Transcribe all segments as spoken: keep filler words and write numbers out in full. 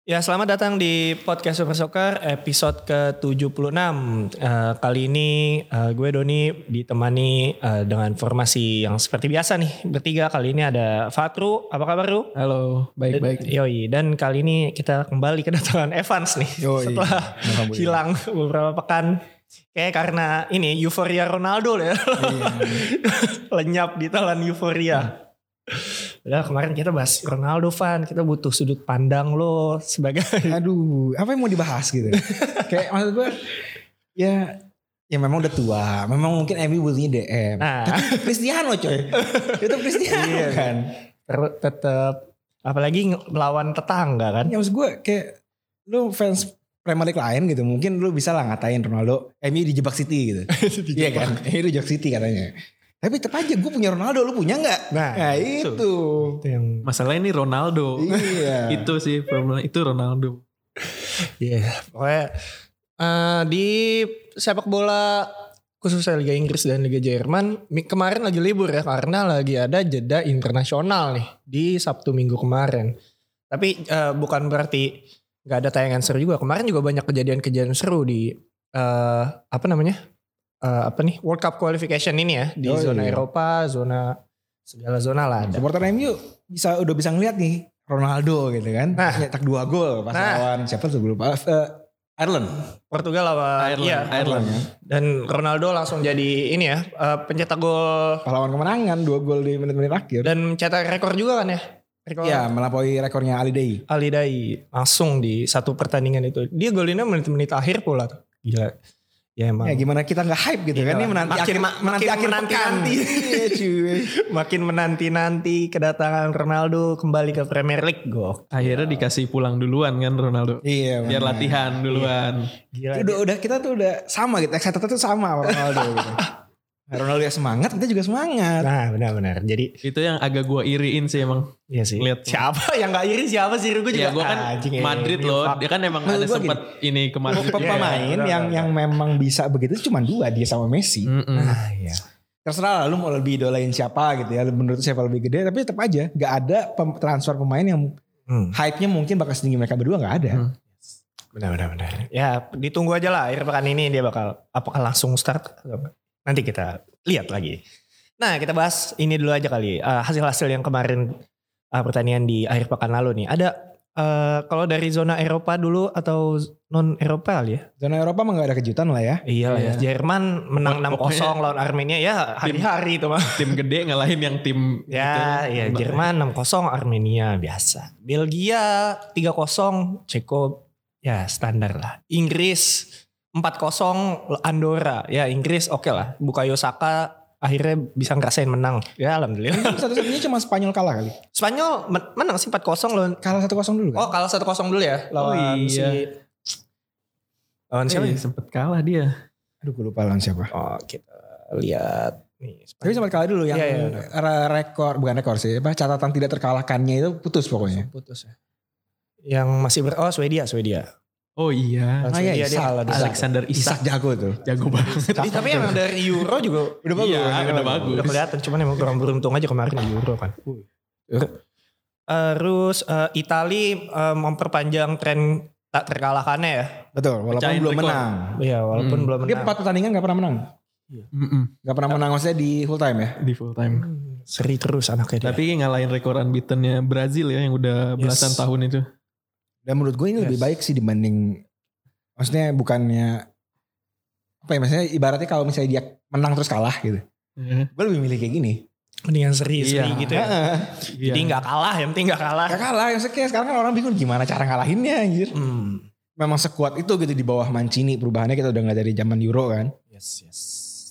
Ya, selamat datang di podcast Super Soccer episode ke tujuh puluh enam. Uh, kali ini uh, gue Doni ditemani uh, dengan formasi yang seperti biasa nih. Bertiga kali ini ada Fatru, apa kabar Ru? Halo, baik-baik. Yoi, dan kali ini kita kembali kedatangan Evans nih. Yoi. Setelah hilang beberapa pekan. Kayak karena ini euforia Ronaldo ya. Iya. Lenyap di telan euforia. Hmm. Udah kemarin kita bahas Ronaldo fan, kita butuh sudut pandang lo sebagai aduh, apa yang mau dibahas gitu. Kayak maksud gue ya ya memang udah tua, memang mungkin M U butuhnya D M. Nah. Tapi Cristiano coy. Itu Cristiano iya, kan. Tetap apalagi melawan tetangga kan. Ya maksud gue kayak lu fans Premier League lain gitu, mungkin lu bisa lah ngatain Ronaldo M U dijebak City gitu. Iya kan? M U dijebak City katanya. Tapi tetap aja gue punya Ronaldo, lu punya gak? Nah, nah itu. itu. Yang masalahnya ini Ronaldo. Iya. Itu sih problem, itu Ronaldo. Iya. Yeah. Pokoknya uh, di sepak bola khususnya Liga Inggris dan Liga Jerman kemarin lagi libur ya karena lagi ada jeda internasional nih di Sabtu Minggu kemarin. Tapi uh, bukan berarti gak ada tayangan seru juga. Kemarin juga banyak kejadian-kejadian seru di uh, apa namanya? Uh, apa nih World Cup qualification ini ya di oh, zona iya. Eropa, zona segala zona lah ada. Supporter M U bisa udah bisa ngeliat nih Ronaldo gitu kan, nah, nyetak dua gol pas nah, lawan siapa tuh gue lupa, uh, Ireland, Portugal lawan Ireland, iya, Ireland ya. Dan Ronaldo langsung jadi ini ya uh, pencetak gol pahlawan kemenangan, dua gol di menit-menit akhir dan mencetak rekor juga kan ya. Rekor. Ya melampaui rekornya Ali Daei. Ali Daei langsung di satu pertandingan itu dia golinnya menit-menit akhir pula tuh, gila. Ya, emang. Ya gimana kita gak hype gitu ya, kan. Ini menanti makin, akhir, ma- menanti makin akhir menanti pekan. Nanti. Makin menanti-nanti kedatangan Ronaldo kembali ke Premier League. Gok. Akhirnya dikasih pulang duluan kan Ronaldo. Iya. Biar bener. Latihan duluan. Iya. Gila, udah, udah kita tuh udah sama gitu. Excited tuh sama Ronaldo gitu. Ronaldo ya semangat, kita juga semangat. Nah benar-benar. Jadi itu yang agak gue iriin sih emang. Iya sih. Lihat siapa yang gak iri siapa sih? Gue juga. Ya gue kan ah, Madrid loh. Dia kan emang ada sempat ini ke Madrid. Pemain yeah, yang yang memang bisa begitu cuma dua, dia sama Messi. Mm-mm. Nah iya. Terserah lah lu mau lebih idolain siapa gitu ya. Menurut siapa lebih gede. Tapi tetap aja gak ada transfer pemain yang hmm. hype-nya mungkin bakal setinggi mereka berdua, gak ada. Hmm. Benar-benar. Ya ditunggu aja lah akhir pekan ini dia bakal apakah langsung start. Nanti kita lihat lagi. Nah kita bahas ini dulu aja kali. Uh, hasil-hasil yang kemarin uh, pertandingan di akhir pekan lalu nih. Ada uh, kalau dari zona Eropa dulu atau non Eropa kali ya? Zona Eropa mah gak ada kejutan lah ya. Iya lah ya. Jerman menang enam kosong lawan Armenia ya hari-hari itu mah. Tim gede ngalahin yang tim. Ya gitu. Iya Jerman enam kosong Armenia biasa. Belgia tiga kosong Ceko ya standar lah. Inggris empat kosong Andorra. Ya Inggris oke okay lah. Bukayo Saka akhirnya bisa ngerasain menang. Ya alhamdulillah. Satu-satunya cuma Spanyol kalah kali. Spanyol menang sih empat kosong lawan. Kalah satu kosong dulu kan? Oh kalah satu kosong dulu ya. Lawan oh, iya. si lawan siapa? Eh, sempet kalah dia. Aduh gue lupa lawan siapa. Oh kita lihat nih. Tapi sempat kalah dulu yang ya, ya, ya. rekor bukan rekor sih. Apa catatan tidak terkalahkannya itu putus pokoknya. Putus ya. Yang masih ber oh Swedia Swedia. Oh iya. Ah, iya dia salah, Alexander Isak. Isak jago tuh. Jago banget. Tapi emang dari Euro juga udah bagus. Iya, udah, udah bagus. Udah kelihatan cuman emang kurang beruntung aja kemarin di Euro kan. Uh. Terus uh, Itali uh, memperpanjang tren tak terkalahkannya ya. Betul, walaupun Pecahin belum rekor. menang. Iya, walaupun hmm. belum menang. Dia empat pertandingan gak pernah menang. Iya. Gak pernah menang maksudnya di full time ya? Di full time. Hmm, seri terus anaknya dia. Tapi ngalahin rekor unbeaten-nya Brazil ya yang udah belasan yes. tahun itu. Dan menurut gue ini yes. lebih baik sih dibanding, maksudnya bukannya apa ya, maksudnya ibaratnya kalau misalnya dia menang terus kalah gitu. Yeah. Gue lebih milih kayak gini. Mendingan seri-seri iya. gitu ya. Jadi iya. gak kalah, yang penting gak kalah. Gak kalah, yang sekarang kan orang bingung gimana cara ngalahinnya anjir. Hmm. Memang sekuat itu gitu di bawah Mancini, perubahannya kita udah ngeliat dari zaman Euro kan. Yes, yes.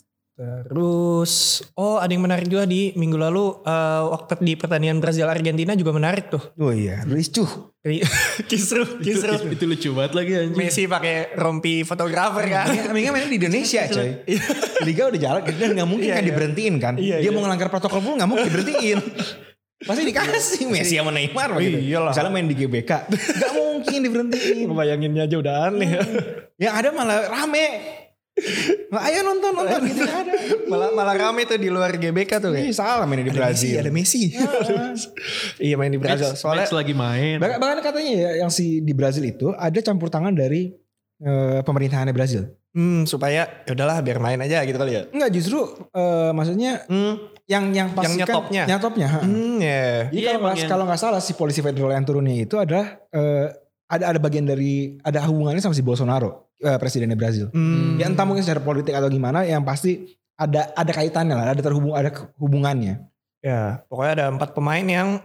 Terus, oh ada yang menarik juga di minggu lalu, uh, waktu di pertandingan Brazil-Argentina juga menarik tuh. Oh iya, ricuh. Kisruh, kisruh. Itu, itu lucu banget lagi anjing. Messi pakai rompi fotografer kan. Aminga mainnya di Indonesia coy. Liga udah jalan dan gak mungkin iya, kan iya. diberhentiin kan. Iya, Dia iya. mau ngelanggar protokol pun gak mungkin diberhentiin. Pasti dikasih Messi sama Neymar gitu. Iyalah. Misalnya main di G B K. Gak mungkin diberhentiin. Bayanginnya aja udah aneh. Yang ada malah rame. Nah, ayo nonton nonton gitu kan ada. Malah malah rame tuh di luar G B K tuh. Ini salah main di Brazil. Ada Messi. Iya main di Brazil. Match, Soalnya match lagi main. Bahkan, bahkan katanya ya yang si di Brazil itu ada campur tangan dari uh, pemerintahannya Brazil. hmm, supaya ya udahlah biar main aja gitu kali ya. Enggak justru uh, maksudnya Hmm. yang yang pasti Yang nyetopnya. kan nyetopnya. ha. Hmm, ya. Jadi Iya, kalau nggak emang kalau nggak salah si polisi federal yang turunnya itu adalah uh, ada ada bagian dari ada hubungannya sama si Bolsonaro uh, presidennya Brazil. Hmm. Ya entah mungkin secara politik atau gimana, yang pasti ada ada kaitannya lah, ada terhubung ada hubungannya. Ya, pokoknya ada empat pemain yang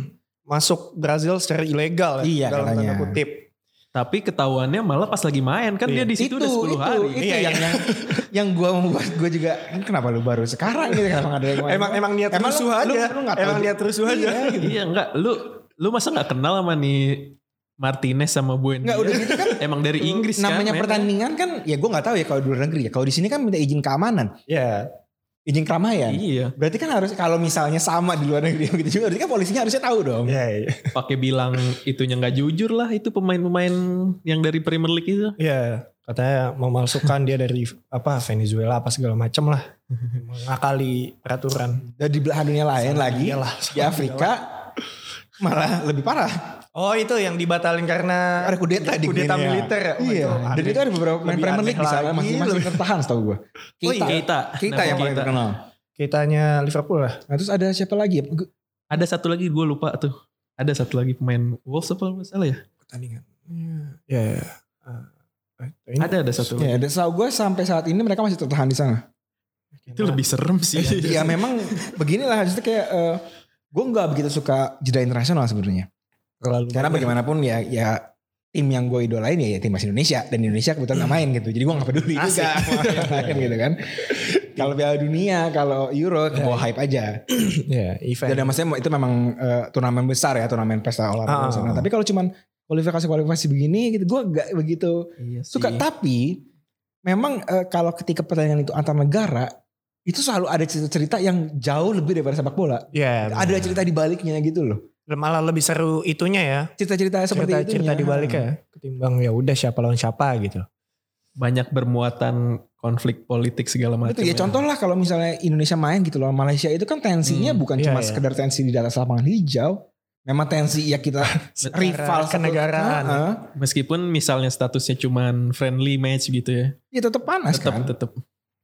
masuk Brazil secara ilegal ya, Iya, dalam katanya. tanda kutip. Tapi ketahuannya malah pas lagi main kan Iya. dia di situ udah sepuluh itu, hari. Itu Iya, yang, iya. yang yang gue membuat gue juga kenapa lu baru sekarang gitu kenapa nggak ada yang main? Emang emang niat Emang rusuh lu- aja. lu- lu nggak tahu emang juga. niat rusuh aja. Iya, gitu. Iya enggak, lu lu masa nggak kenal sama nih Martinez sama Buendia? Nggak, udah gitu kan Emang dari Inggris kan. namanya mainnya. pertandingan kan ya gue nggak tahu ya kalau di luar negeri ya. Kalau di sini kan minta izin keamanan, Ya. izin keramaian. Iya, Berarti kan harus kalau misalnya sama di luar negeri gitu juga, berarti kan polisinya harusnya tahu dong. Ya, ya. pakai bilang itunya nggak jujur lah itu pemain-pemain yang dari Premier League itu. Ya, katanya memalsukan dia dari apa Venezuela apa segala macam lah. Mengakali peraturan. Dan di belahan dunia lain lagi Iyalah, di Afrika malah lebih parah. Oh itu yang dibatalin karena Ada kudeta di kudeta Guinea. militer ya. Oh, Iya. itu Dan aneh. itu ada beberapa pemain Lebih Premier aneh League di sana lagi, masih masih lebih- tertahan setahu gue. Oh, iya. Keita. Kita Kenapa yang paling Keita? terkenal. Kitanya Liverpool lah. Nah terus ada siapa lagi? Ada satu lagi gue lupa tuh. Ada satu lagi pemain Wolves apa nggak salah ya? Pertandingan. Ya, ya. Uh, ini Ada ada satu Ya, lagi. dan setahu gue sampai saat ini mereka masih tertahan di sana. Itu lebih serem sih. Ya memang beginilah, justru kayak uh, gue nggak begitu suka jeda internasional sebenarnya. terlalu Karena bagaimanapun ya ya tim yang gue idolain ya, ya timnas Indonesia, dan Indonesia kebetulan nggak main gitu. Jadi gue nggak peduli Asik. juga sama yang lain gitu kan. Kalau Piala Dunia, kalau Euro, bawa hype aja. ya, event. Dan maksudnya itu memang uh, turnamen besar ya, turnamen pesta olahraga. Ah. besar. Nah, tapi kalau cuman kualifikasi-kualifikasi begini gitu, gue gak begitu Iya suka. sih. Tapi memang uh, kalau ketika pertandingan itu antar negara, itu selalu ada cerita-cerita yang jauh lebih daripada sepak bola. Ya, Ada cerita di baliknya gitu loh. malah lebih seru itunya ya. Cerita-cerita seperti Cerita, itu. cerita di baliknya ketimbang ya udah siapa lawan siapa gitu. Banyak bermuatan konflik politik segala macam. Betul ya, contoh lah kalau misalnya Indonesia main gitu loh, Malaysia itu kan tensinya Hmm, bukan iya, cuma iya. sekedar tensi di atas lapangan hijau. Memang tensi ya kita rival satu- kenegaraan. Heeh. Meskipun misalnya statusnya cuman friendly match gitu ya. Ya tetap panas Tetap kan. tetap.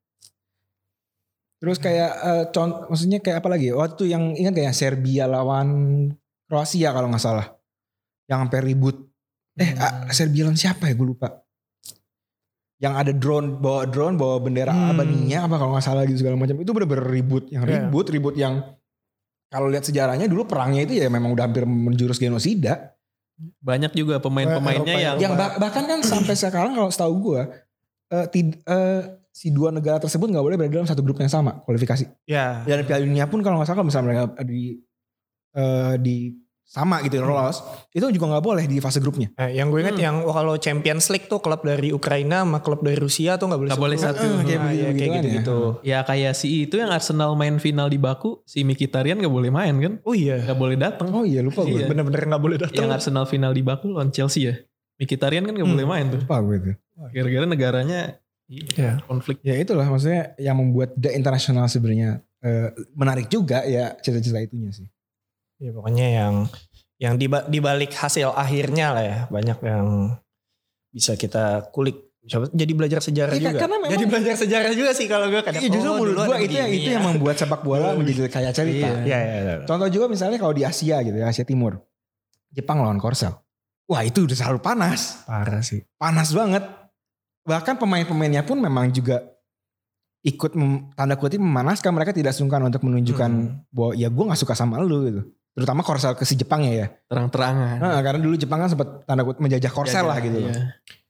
Terus kayak eh, contoh, maksudnya kayak apa lagi? Waktu yang ingat kayak Serbia lawan Kroasia kalau nggak salah, yang sampai ribut. Eh, ah, Serbia lawan siapa ya? Gue lupa. Yang ada drone, bawa drone, bawa bendera Hmm. Albania apa kalau nggak salah gitu segala macam. Itu bener-bener ribut, yang Iya. ribut, ribut yang kalau lihat sejarahnya dulu perangnya itu ya memang udah hampir menjurus genosida. Banyak juga pemain-pemainnya Eropa, yang Yang bah- bahkan kan sampai sekarang kalau setahu gue, eh, tid- eh, si dua negara tersebut nggak boleh berada dalam satu grup yang sama kualifikasi. Ya. Dan Piala Dunia pun kalau nggak salah kalau misalnya mereka di eh, di sama gitu lolos, itu juga nggak boleh di fase grupnya. Eh, yang gue inget Hmm. yang oh, kalau Champions League tuh klub dari Ukraina sama klub dari Rusia tuh nggak boleh Nggak boleh satu. satu. Nah, Kayak iya, begitu- kayak begituan gitu-gitu. ya kayak si itu yang Arsenal main final di Baku, si Mkhitaryan nggak boleh main kan? Oh iya. Nggak boleh datang. Oh iya lupa gue. Iya. Bener-bener nggak boleh datang. Yang Arsenal final di Baku lawan Chelsea ya. Mkhitaryan kan nggak Hmm. boleh main tuh. Lupa gue itu. Gara-gara negaranya Ya. konflik. Ya itulah maksudnya yang membuat the internasional sebenarnya eh, menarik juga ya cerita-cerita itunya sih. Ya pokoknya yang yang di di balik hasil akhirnya lah ya banyak yang bisa kita kulik. Coba jadi belajar sejarah Iya, juga. karena memang- jadi belajar sejarah juga sih kalau gue kadang. Iya justru oh, menurut dulu gue ada itu yang begini itu ya. yang membuat sepak bola menjadi kayak cerita. Iya. Iya, iya, iya. Contoh juga misalnya kalau di Asia gitu ya, Asia Timur. Jepang lawan Korsel. Wah itu udah selalu panas. Parah sih. Panas banget. Bahkan pemain-pemainnya pun memang juga ikut mem- tanda kutip memanaskan. Mereka tidak sungkan untuk menunjukkan Hmm. bahwa ya gue gak suka sama lu gitu. Terutama Korsel ke si Jepang ya ya. Terang-terangan. Nah, karena dulu Jepang kan sempat tanda kutip menjajah Korsel lah gitu. Iya.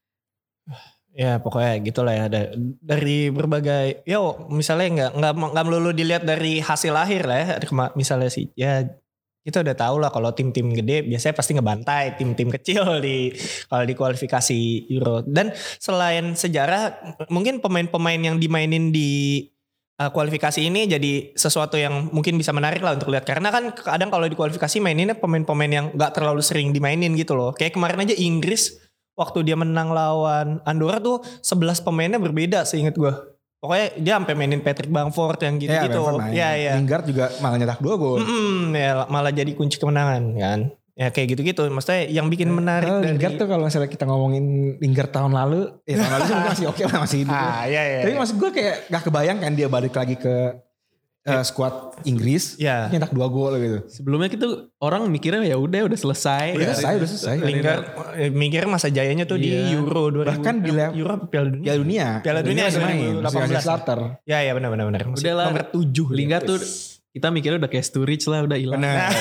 Ya pokoknya gitulah ya. Da- Dari berbagai, ya misalnya nggak nggak nggak melulu dilihat dari hasil akhir lah ya. Kema- Misalnya sih, ya kita udah tahu lah kalau tim-tim gede biasanya pasti ngebantai tim-tim kecil di kalau di kualifikasi Euro. Dan selain sejarah, mungkin pemain-pemain yang dimainin di uh, kualifikasi ini jadi sesuatu yang mungkin bisa menarik lah untuk lihat. Karena kan kadang kalau di kualifikasi maininnya pemain-pemain yang nggak terlalu sering dimainin gitu loh. Kayak kemarin aja Inggris. waktu dia menang lawan Andorra tuh sebelas pemainnya berbeda seingat gue. Pokoknya dia sampai mainin Patrick Bamford yang gitu-gitu. Iya, iya. Lingard juga malah nyetak dua gol. Mm-mm, ya, malah jadi kunci kemenangan kan. Ya kayak gitu-gitu. Maksudnya yang bikin menarik oh, dari Lingard tuh kalau misalnya kita ngomongin Lingard tahun lalu, ya tahun lalu sih masih oke lah masih hidup. Ah, iya, iya, Tapi iya. maksud gue kayak gak kebayang kan dia balik lagi ke uh, skuad Inggris, Iya. nyetak dua gol gitu. Sebelumnya gitu orang mikirnya ya udah udah selesai. Udah selesai, udah selesai. Lingard eh, mikir masa jayanya tuh di Iya. Euro dua ribu. Bahkan di level- Euro apa Piala Dunia. Piala Dunia. Piala Dunia masih main, dua ribu delapan masih belas. masih starter. Ya ya benar benar benar. Masih Udahlah. nomor tujuh. Lingard tuh kita mikirnya udah kayak Sturridge lah, udah hilang. Benar.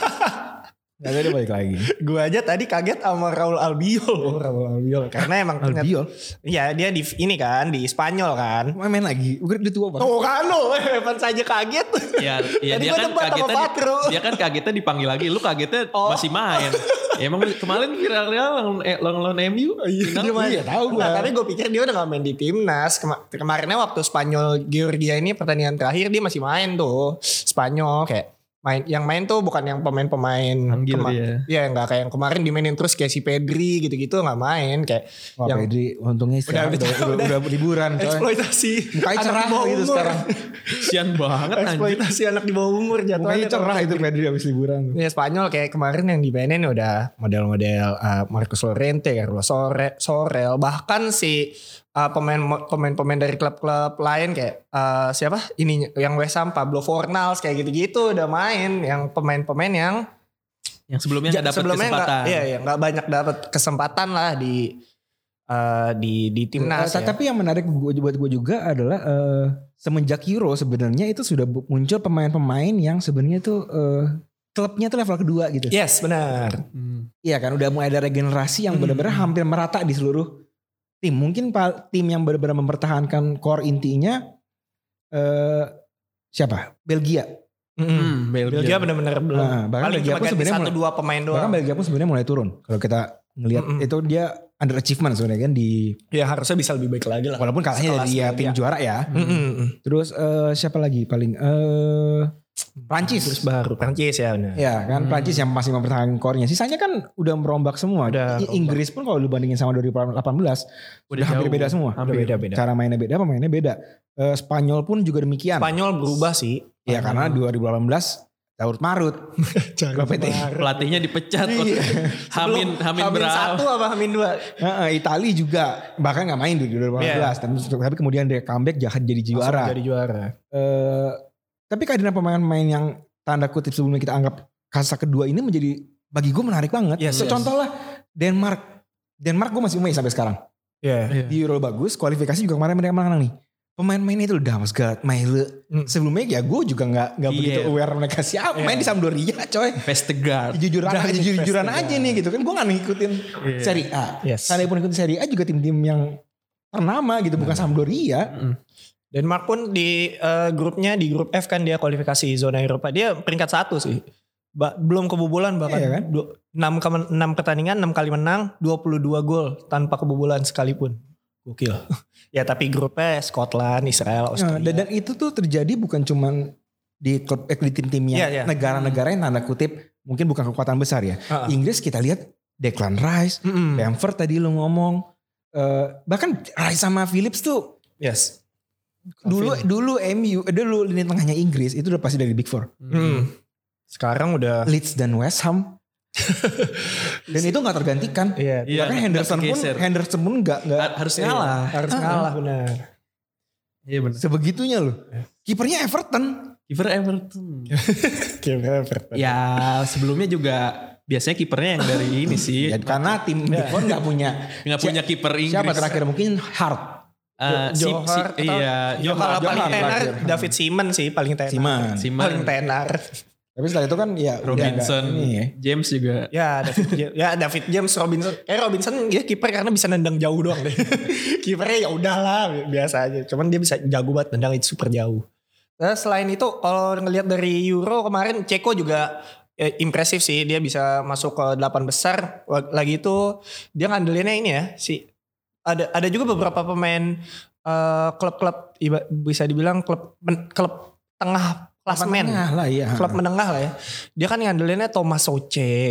Gak ada dia balik lagi. Gue aja tadi kaget sama Raul Albiol. Oh, Raul Albiol. Karena emang Albiol? Iya dia di ini kan di Spanyol kan. Main, main lagi. Udah dia tua banget. Tuh kan lo, Evan saja kaget. Ya, ya Tadi dia gua kan debat sama kagetnya Patro. dia kan kagetnya dipanggil lagi. Lu kagetnya Oh. masih main. Ya, emang kemarin viral-viral lawan eh, lawan M U. Iya, final. dia main. Iya, tahu Nah, gua. tapi gue pikir dia udah gak main di timnas. Kema- kemarinnya waktu Spanyol Georgia ini pertandingan terakhir dia masih main tuh. Spanyol kayak main yang main tuh bukan yang pemain-pemain Panggil kema- dia. Iya nggak kayak yang kemarin dimainin terus kayak si Pedri gitu-gitu nggak main kayak Wah yang Pedri untungnya Udah- udah, udah, udah- udah, udah liburan coy. eksploitasi Mukanya anak cerah di bawah gitu umur. sekarang. Sian banget anjir. Eksploitasi anak di bawah umur jatuhnya. Mukanya cerah itu Pedri habis liburan. Ya Spanyol kayak kemarin yang dimainin udah model-model uh, Marcos Llorente, Carlos Sore, Sorel, bahkan si uh, pemain pemain-pemain dari klub-klub lain kayak uh, siapa ini yang West Ham Pablo Fornals kayak gitu-gitu udah main, yang pemain-pemain yang Yang sebelumnya ja- gak dapat sebelumnya nggak- kesempatan. iya iya nggak banyak dapat kesempatan lah di uh, di di timnas. Eh, ya. Tapi yang menarik gua- buat gue juga adalah eh, semenjak Euro sebenarnya itu sudah bu- muncul pemain-pemain yang sebenarnya tuh eh, klubnya tuh level kedua gitu. Yes benar. Hmm. Iya kan udah mulai ada regenerasi yang Hmm. benar-benar hampir merata di seluruh tim. Mungkin pa- tim yang benar-benar mempertahankan core intinya eh siapa? Belgia. Hmm, Belgia. Belgia benar-benar belum. Nah, bahkan Paling Belgia cuma pun ganti sebenarnya satu mulai- dua pemain doang. Bahkan Belgia pun sebenarnya mulai turun. Kalau kita ngelihat Mm-mm. itu dia under achievement sebenarnya kan di Ya harusnya bisa lebih baik lagi lah. walaupun kalahnya Sekelas dari ya, Belgia. tim juara ya. Mm-mm. Terus eh, siapa lagi paling eh Prancis. Terus baru Prancis ya benar. Ya kan Hmm. Prancis yang masih mempertahankan core-nya. Sisanya kan udah merombak semua. Udah I- merombak. Inggris pun kalau dibandingin sama dua ribu delapan belas udah, hampir jauh. beda semua. Hampir. beda-beda. Cara mainnya beda, pemainnya beda. Eh, Spanyol pun juga demikian. Spanyol berubah sih. Ya karena dua ribu delapan belas Daud Marut. Jangan P T. Pelatihnya dipecat. Iya. Hamin Hamin Hamin berapa? satu apa Hamin dua? Heeh, Itali juga bahkan nggak main di dua ribu delapan belas. Tapi, tapi kemudian dia comeback jahat jadi juara. Langsung jadi juara. Eh, tapi kehadiran pemain-pemain yang tanda kutip sebelumnya kita anggap kasta kedua ini menjadi bagi gue menarik banget. Yes, yes. Contoh lah Denmark. Denmark gue masih amazed sampai sekarang. Iya. Di Euro bagus, kualifikasi juga kemarin mereka menang nih. Pemain-pemainnya itu Damsgaard, Maile. Hmm. Sebelumnya ya gue juga nggak nggak Iya. begitu aware mereka siapa. Iya. Main di Sampdoria coy. Vestergaard. Jujuran Udah, aja, ini jujuran Vestergaard. aja nih gitu kan. Gue gak ngikutin Iya. Serie A. Yes. Saya pun ikutin Serie A juga tim-tim yang ternama gitu. Bukan Sampdoria. Mm. Denmark pun di eh, grupnya di grup F kan dia kualifikasi zona Eropa. Dia peringkat satu sih. Ba- belum kebobolan bahkan. Iya kan? Du- enam kema- enam pertandingan, enam kali menang, dua puluh dua gol tanpa kebobolan sekalipun. Gokil. Ya tapi grupnya Scotland, Israel, Nah, Australia. dan, dan itu tuh terjadi bukan cuman di klub eh, di tim-timnya Iya, iya. negara-negara yang tanda kutip mungkin bukan kekuatan besar ya. Ah, ah. Inggris kita lihat Declan Rice, Mm-mm. Bamford tadi lu ngomong, eh, bahkan Rice sama Phillips tuh Yes. dulu Calvin. dulu M U, eh, dulu lini tengahnya Inggris itu udah pasti dari Big Four, Hmm. Sekarang udah. Leeds dan West Ham, dan itu nggak tergantikan. Iya. Iya, bahkan nggak Henderson pun tergeser. Henderson pun nggak nggak Ha- harus Iya, ngalah. Harus Ah. ngalah benar. Iya benar. sebegitunya loh. Kipernya Everton. Kiper Everton. Kira Everton. Ya sebelumnya juga biasanya kipernya yang dari ini sih. Ya, karena tim Big Four nggak punya Nggak punya kiper Inggris. siapa terakhir mungkin Hart. Eh, si, si, Johar atau- iya, Johar Johar. paling Johar tenar terakhir. David Seaman sih paling tenar. Siman. Siman. Paling tenar. Tapi setelah itu kan ya udah Robinson, nggak ini ya. James juga. Ya David James, ya David James, Robinson. Eh Robinson dia kiper karena bisa nendang jauh doang deh. Kipernya ya udahlah biasa aja. Cuman dia bisa jago banget nendang itu super jauh. Nah, selain itu kalau ngelihat dari Euro kemarin Ceko juga eh, impresif sih, dia bisa masuk ke delapan besar. Lagi itu dia ngandelinnya ini ya si ada ada juga beberapa pemain eh, klub-klub iba- bisa dibilang klub men- klub tengah klasmen. Tengah lah ya. Klub menengah lah ya. Dia kan ngandelinnya Thomas Soucek,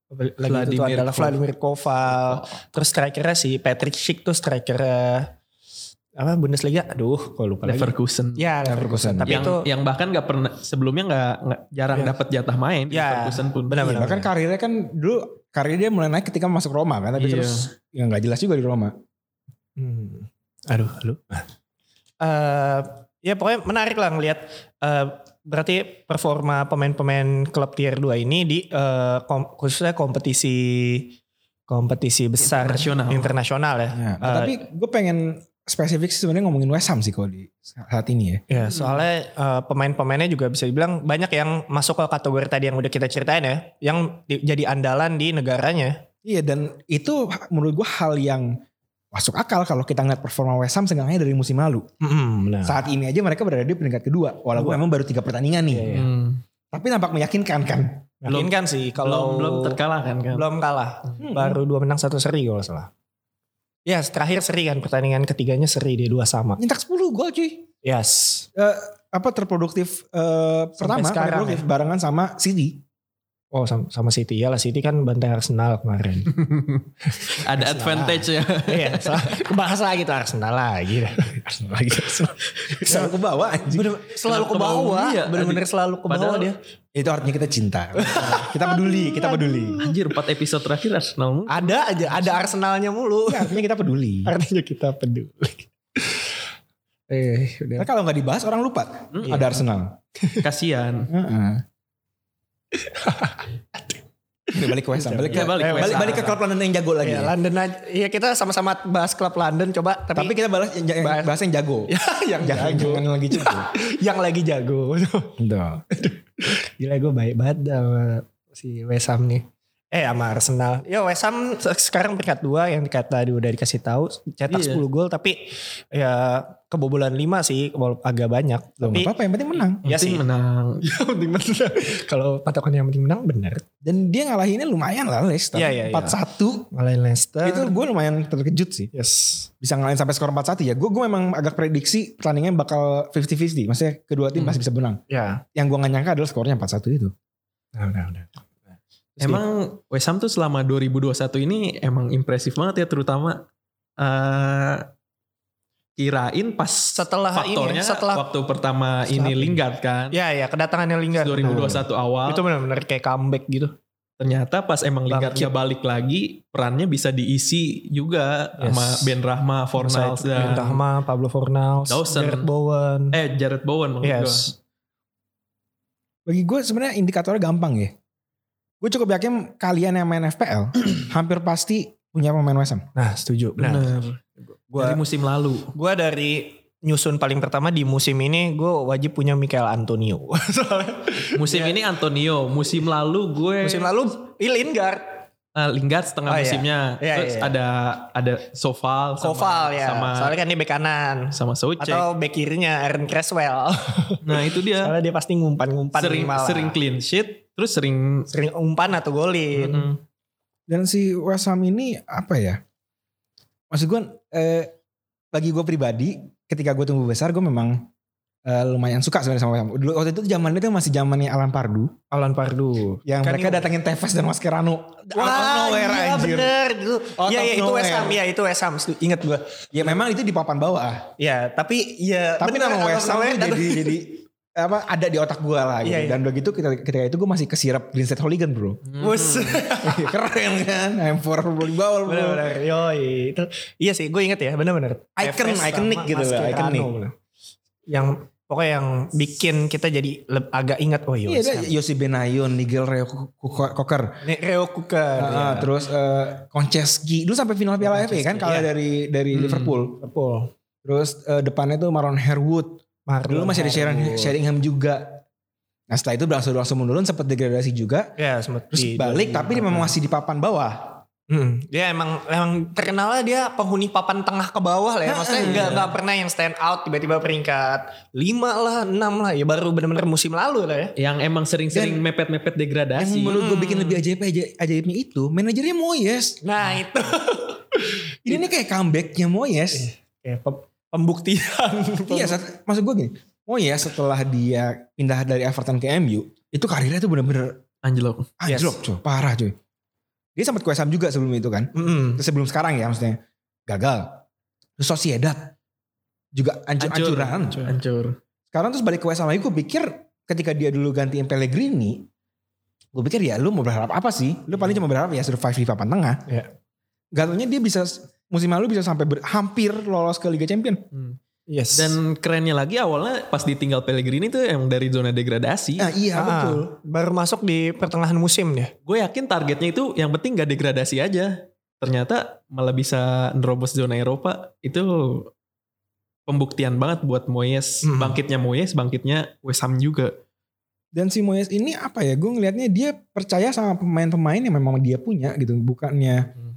Lagi itu tuh Vladimir adalah Koval. Vladimir Koval. Terus strikernya si Patrick Schick tuh strikernya apa Bundesliga. Aduh, kok lupa lagi. Leverkusen. Ya, Leverkusen. Tapi yang itu yang bahkan nggak pernah sebelumnya nggak nggak jarang Ya. dapat jatah main di Ya, Leverkusen pun. benar-benar. Iya, bahkan karirnya kan dulu karirnya dia mulai naik ketika masuk Roma kan, tapi Iya. terus ya nggak jelas juga di Roma. Hmm. Aduh, aduh. Eh, ya pokoknya menarik lah ngelihat eh, berarti performa pemain-pemain klub tier dua ini di eh, kom- khususnya kompetisi kompetisi besar Internasional. internasional ya. Ya, Eh, tapi gue pengen spesifik sih sebenarnya ngomongin West Ham sih kalau di saat ini ya. Ya, soalnya eh, pemain-pemainnya juga bisa dibilang banyak yang masuk ke kategori tadi yang udah kita ceritain ya, yang di- jadi andalan di negaranya. Iya, dan itu menurut gue hal yang masuk akal kalau kita ngeliat performa West Ham seenggaknya dari musim lalu. benar. Saat ini aja mereka berada di peringkat kedua, walaupun Kedua. memang baru tiga pertandingan nih. Iya, iya. Hmm. Tapi nampak meyakinkan kan. Yakinkan sih kalau belum belum terkalahkan kan. belum kalah. Hmm. Baru dua menang satu seri kalau nggak salah. Ya, terakhir seri kan, pertandingan ketiganya seri di dua sama. Nyetak sepuluh gol cuy. Yes. Eh, apa terproduktif eh, pertama sekarang terproduktif ya. barengan sama City. Oh, sama, sama City ya lah. City kan bantai Arsenal kemarin. Ada advantage ya. Iya, salah. Kebahas lagi tuh Arsenal lagi. Arsenal lagi. Selalu ke bawah anjing. Bener, selalu ke Kenapa bawah. iya? Bener-bener selalu ke bawah Padahal- dia. Itu artinya kita cinta. Kita peduli, kita peduli. Anjir empat episode terakhir Arsenal. Ada aja, ada Arsenalnya mulu. Iya, artinya kita peduli. Artinya kita peduli. Eh, udah. Nah, kalau nggak dibahas orang lupa Hmm. ada Arsenal. Kasian. Heeh. Udah balik ke West Ham. Balik ke, Ya, balik ke balik, West Ham. balik ke klub London yang jago lagi. Ya, ya. London aja. Iya, kita sama-sama bahas klub London coba. Tapi, Tapi kita balas yang, yang Bahas- bahas yang jago. ya, yang Jangan, jago. jangan lagi jago. Yang lagi jago. Betul. Gila, gue baik banget sama si West Ham nih. Eh sama Arsenal. Ya West Ham sekarang peringkat dua yang dikata tadi udah dikasih tahu cetak Iya. sepuluh gol tapi ya kebobolan lima sih walaupun agak banyak. Loh, Tapi nggak apa-apa yang penting menang. ya Penting sih. menang. Yang penting menang. Kalau patokan yang penting menang benar. Dan dia ngalahinnya lumayan lah Leicester. Iya, iya, iya. empat satu. Ngalahin Leicester. Itu gue lumayan terkejut sih. yes. Bisa ngalahin sampai skor empat satu ya. Gue gue memang agak prediksi pertandingan bakal fifty fifty. Maksudnya kedua tim Hmm. masih bisa menang. Ya. Yang gue gak nyangka adalah skornya empat satu itu. Nah, udah, udah. Emang West Ham tuh selama dua ribu dua puluh satu ini emang impresif banget ya, terutama eh kirain pas Setelah faktornya ini setelah waktu pertama setelah ini ini. Lingard kan. ya ya kedatangannya Lingard. dua ribu dua puluh satu awal. Itu benar-benar kayak comeback gitu. Ternyata pas emang Lingard Bangkit. gak balik lagi, perannya bisa diisi juga Yes. sama Ben Rahma, Fornals Ben dan Rahma, Pablo Fornals, Dawson. Gareth Bowen. eh Jared Bowen maksud gua. yes. Bagi gue sebenarnya indikatornya gampang ya. Gue cukup yakin kalian yang main F P L hampir pasti punya pemain West Ham. Nah, setuju. Benar. Bener. Gua Dari musim lalu. gua dari nyusun paling pertama di musim ini gue wajib punya Michael Antonio. Soalnya Musim ini Antonio, musim lalu gue musim lalu Ih, Lingard, ah, Lingard setengah Oh, iya. musimnya. Iya, Terus iya. ada ada Soval sama, Koval ya. sama Soalnya kan dia bek kanan. sama Soucek. Atau bek kirinya Aaron Cresswell. Nah, itu dia. Soalnya dia pasti ngumpan-ngumpan sering malah. sering clean sheet, terus sering sering umpan atau golin. Mm-mm. Dan si West Ham ini apa ya? Maksud gue eh, bagi gue pribadi ketika gue tumbuh besar gue memang eh, lumayan suka sebenarnya sama West Ham. Dulu waktu itu zaman itu masih zamannya Alan Pardew Alan Pardew. yang Kan mereka ini- datangin Tevez dan Mascherano. Wah, Out of nowhere, iya anjir. bener. Dulu. Out Iya, of iya itu West Ham. nowhere. Iya itu West Ham. Ingat gue. Ya memang itu di papan bawah. Ya tapi ya. Tapi bener, nama out of West Ham nowhere, tuh jadi jadi apa ada di otak gue lah gitu. Iya, iya. Dan begitu ketika, ketika itu gue masih kesirap Green State Hooligan bro. Bus. Keren kan. I'm for bowling ball bro. Bener-bener. Yoi. Itu, iya sih gue inget ya. Bener-bener. Icon, Tevez iconic sama gitu loh, Mascherano, iconic. bener. Yang pokoknya yang bikin kita jadi leb- agak ingat. Oh iya Iya West ada Ham. Yosi Benayoun, Nigel Reo Cocker. Nih, Reo Kukan. Ah, ya. terus uh, Konchesky dulu sampai final Piala F A kan Konchesky, kalah iya. dari dari Hmm. Liverpool. Betul. Terus uh, depannya tuh Maron Herwood. Dulu masih ada Sharon, Herwood. Sheringham juga. Nah setelah itu langsung langsung menurun sempat degradasi juga. Ya sempat Terus di- balik di- tapi dia memang masih di papan bawah. Hmm, dia emang emang terkenalnya dia penghuni papan tengah ke bawah lah ya. Maksudnya Heeh. nggak nggak pernah yang stand out tiba-tiba peringkat lima lah, enam lah. Ya baru benar-benar musim lalu lah ya. yang emang sering-sering Dan- mepet-mepet Yang degradasi. menurut gue bikin lebih ajaib aja- ajaibnya itu manajernya Moyes. Nah itu Ini nih kayak comebacknya Moyes. kayak pem- pembuktian. Iya, saat, maksud gue gini. Moyes setelah dia pindah dari Everton ke M U, itu karirnya tuh bener-bener Anjlok. anjlok cuy, parah cuy. Dia sempat ke West Ham juga sebelum itu kan. Mm-mm. Sebelum sekarang ya maksudnya. Gagal. Terus Sociedad. Juga hancur-hancuran. Hancur. Sekarang terus balik ke West Ham lagi, gue pikir ketika dia dulu gantiin Pellegrini, gue pikir ya lu mau berharap apa sih? Lu paling cuma berharap ya survive di papan tengah. Ya. Gak taunya dia bisa, musim lalu bisa sampai ber, hampir lolos ke Liga Champions. Hmm. Yes. Dan kerennya lagi awalnya pas ditinggal Pellegrini tuh emang dari zona degradasi. Nah iya Ah, betul. Baru masuk di pertengahan musim dia. Gue yakin targetnya itu yang penting gak degradasi aja. Ternyata malah bisa nerobos zona Eropa. Itu pembuktian banget buat Moyes. Hmm. Bangkitnya Moyes, bangkitnya West Ham juga. Dan si Moyes ini apa ya, gue ngelihatnya dia percaya sama pemain-pemain yang memang dia punya gitu. Bukannya... Hmm.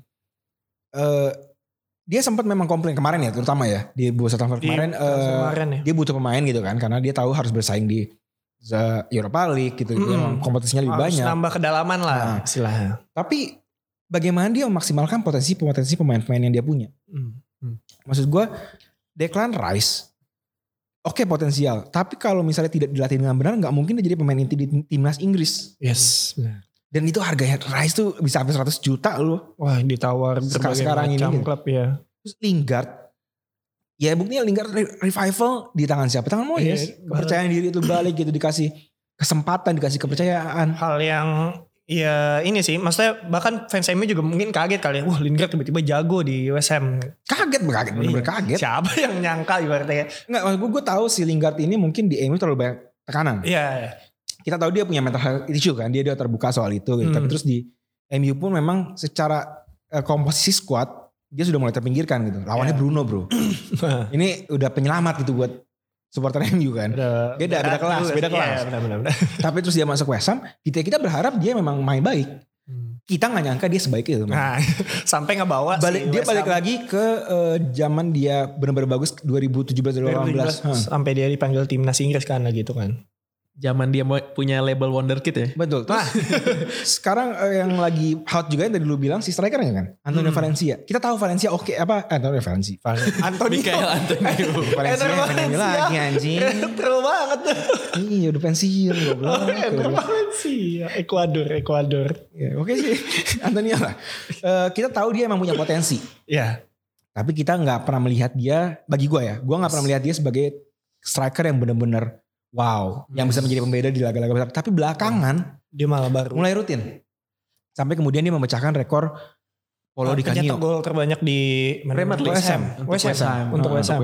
Uh, dia sempat memang komplain kemarin ya, terutama ya di bursa transfer Di kemarin, transfer uh, kemarin ya. dia butuh pemain gitu kan, karena dia tahu harus bersaing di the Europa League gitu, Mm-mm. memang kompetisinya lebih Harus banyak. nambah kedalaman lah Nah. istilahnya. Tapi bagaimana dia memaksimalkan potensi-potensi pemain-pemain yang dia punya? Hmm. Maksud gue, Declan Rice, oke potensial, tapi kalau misalnya tidak dilatih dengan benar, nggak mungkin dia jadi pemain inti di timnas Inggris. Yes. Benar. Dan itu harganya Rice tuh bisa sampai seratus juta loh. Wah ditawar Sekarang- berbagai sekarang ini macam gitu. klub ya. Terus Lingard, ya buktinya Lingard re- revival di tangan siapa? Tangan Moyes. Iya, Kepercayaan diri itu balik gitu, dikasih kesempatan, dikasih kepercayaan. Hal yang ya ini sih, maksudnya bahkan fans M U juga mungkin kaget kali ya. Wah Lingard tiba-tiba jago di West Ham. Kaget, kaget, bener-bener Iya. kaget. Siapa yang nyangka ibaratnya. Enggak, maksud gue, gue tahu si Lingard ini mungkin di M U terlalu banyak tekanan. Iya. Kita tahu dia punya mental health issue kan, dia dia terbuka soal itu gitu. Hmm. Tapi terus di M U pun memang secara uh, komposisi squad dia sudah mulai terpinggirkan gitu. Lawannya Ya. Bruno bro. Ini udah penyelamat gitu buat supporter M U kan. Beda, Beda, beda kelas, beda kelas. Iya, benar-benar. Tapi terus dia masuk West Ham, kita kita berharap dia memang main baik. Kita nggak nyangka dia sebaik itu. Nah, sampai ngebawa balik, si dia West balik Ham lagi ke uh, zaman dia benar-benar bagus dua ribu tujuh belas dua ribu delapan belas. Hah. sampai dia dipanggil timnas Inggris kan gitu kan. Zaman dia mau- punya label Wonderkid ya. Betul. Terus sekarang uh, yang lagi hot juga yang tadi lu bilang si strikernya kan, Antonio Hmm. Valencia. Kita tahu Valencia oke apa? Eh, Antonio Valencia. Antonio. Mikael Antonio. Valencia Eder yang nyanyi Valencia. lagi anjing. Terlalu banget. Iya udah pensiun goblok. Eder Valencia. Ekuador, Ekuador. Ya, oke sih Antonio lah. Eh, kita tahu dia emang punya potensi. Ya. Tapi kita nggak pernah melihat dia, bagi gue ya, gue nggak pernah melihat dia sebagai striker yang benar-benar wow, yang bisa menjadi pembeda di laga-laga besar. Tapi belakangan Dia malah baru. mulai rutin. Sampai kemudian dia memecahkan rekor Paulo Di Pencetak Canio. gol terbanyak di Premier League. West Ham. Untuk West West Ham. Ham. Untuk Ah, West Ham.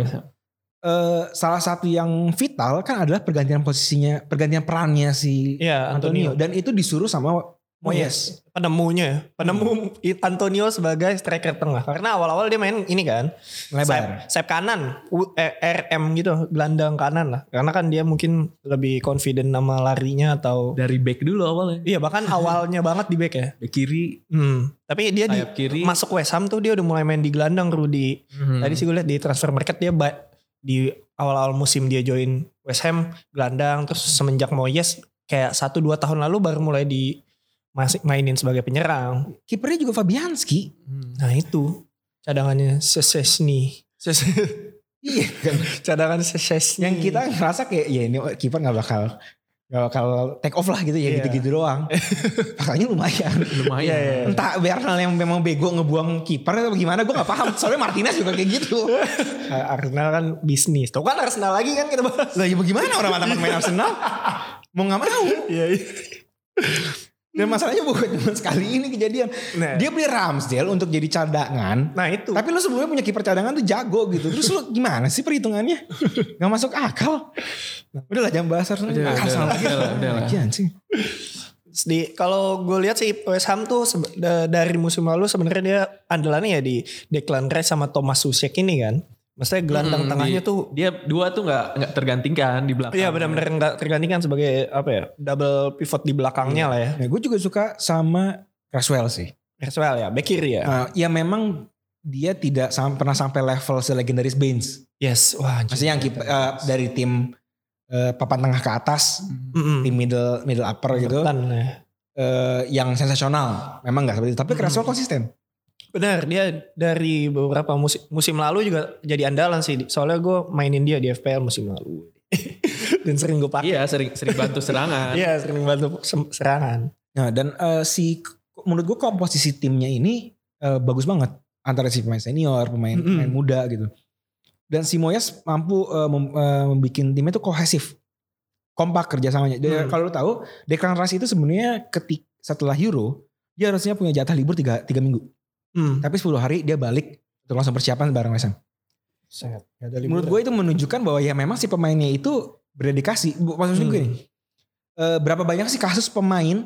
Eh, salah satu yang vital kan adalah pergantian posisinya, pergantian perannya si Iya, Antonio. Antonio. Dan itu disuruh sama Moyes. Penemunya ya. Penemu Antonio sebagai striker tengah. Karena awal-awal dia main ini kan. Lebar. Sayap, sayap kanan. U- eh, R M gitu. Gelandang kanan lah. Karena kan dia mungkin lebih confident sama larinya atau. Dari back dulu awalnya. Iya bahkan awalnya banget di back ya. Back kiri, Hmm. Tapi dia di sayap kiri. masuk West Ham tuh dia udah mulai main di gelandang Rudy. Hmm. Tadi sih gue liat di transfer market dia ba- di awal-awal musim dia join West Ham gelandang. Terus semenjak Moyes kayak satu dua tahun lalu baru mulai di masih mainin sebagai penyerang. Kipernya juga Fabianski. Hmm. Nah itu cadangannya Sesesni. Ses- Iya kan. cadangan Sesesni. Yang kita ngerasa kayak ya ini kiper gak bakal gak bakal take off lah gitu ya, Iya. gitu-gitu doang. Makanya lumayan. Lumayan. Iya, iya. Entah Bernal yang memang bego ngebuang kiper atau gimana gue gak paham. Soalnya Martinez juga kayak gitu. Arsenal kan bisnis. Tuh kan Arsenal lagi kan kita bahas. Lah ya bagaimana orang mantan pemain Arsenal mau gak mau. Iya. Dan masalahnya bukan cuma sekali ini kejadian. Nah. Dia beli Ramsdale untuk jadi cadangan. Nah itu. Tapi lu sebelumnya punya kiper cadangan tuh jago gitu. Terus lu gimana sih perhitungannya? Gak masuk akal. Udahlah jangan bahas Arsenal. Udah, Arsenal udah, lagi. udah lah, udah lah. Lagian sih. Di kalau gue lihat sih West Ham tuh sebe- da- dari musim lalu sebenarnya dia andalannya ya di Declan Rice sama Thomas Soucek ini kan. Maksudnya gelandang Hmm, tengahnya di- tuh dia dua tuh nggak nggak tergantikan di belakang. iya benar-benar nggak tergantikan sebagai apa ya double pivot di belakangnya lah ya. Nah gue juga suka sama Cresswell sih. Cresswell ya, back kiri ya. Uh, ya memang dia tidak sam- pernah sampai level selegendaris Baines. Yes, wah. anjir. Maksudnya yang keep- uh, dari tim uh, papan tengah ke atas, Mm-mm. tim middle middle upper gitu, Bertahan, ya. uh, yang sensasional. Memang nggak seperti itu. Tapi Cresswell konsisten. Benar, dia dari beberapa musim musim lalu juga jadi andalan sih. Soalnya gue mainin dia di F P L musim lalu. Dan sering gue pakai. Iya sering sering bantu serangan. Iya, sering bantu sem- serangan. Nah dan uh, si menurut gue komposisi timnya ini uh, bagus banget antara si pemain senior, pemain Mm-mm. pemain muda gitu. Dan si Moyes mampu uh, mem, uh, membuat timnya itu kohesif, kompak kerjasamanya. Dia, Hmm. kalau lo tahu, Declan Rice itu sebenarnya ketik setelah Euro dia harusnya punya jatah libur tiga, tiga minggu. Hmm. Tapi sepuluh hari dia balik untuk langsung persiapan bareng West Ham. Set, gak ada Menurut liburan. gue itu menunjukkan bahwa ya memang si pemainnya itu berdedikasi. Bu- Maksudnya Hmm. gini, uh, berapa banyak sih kasus pemain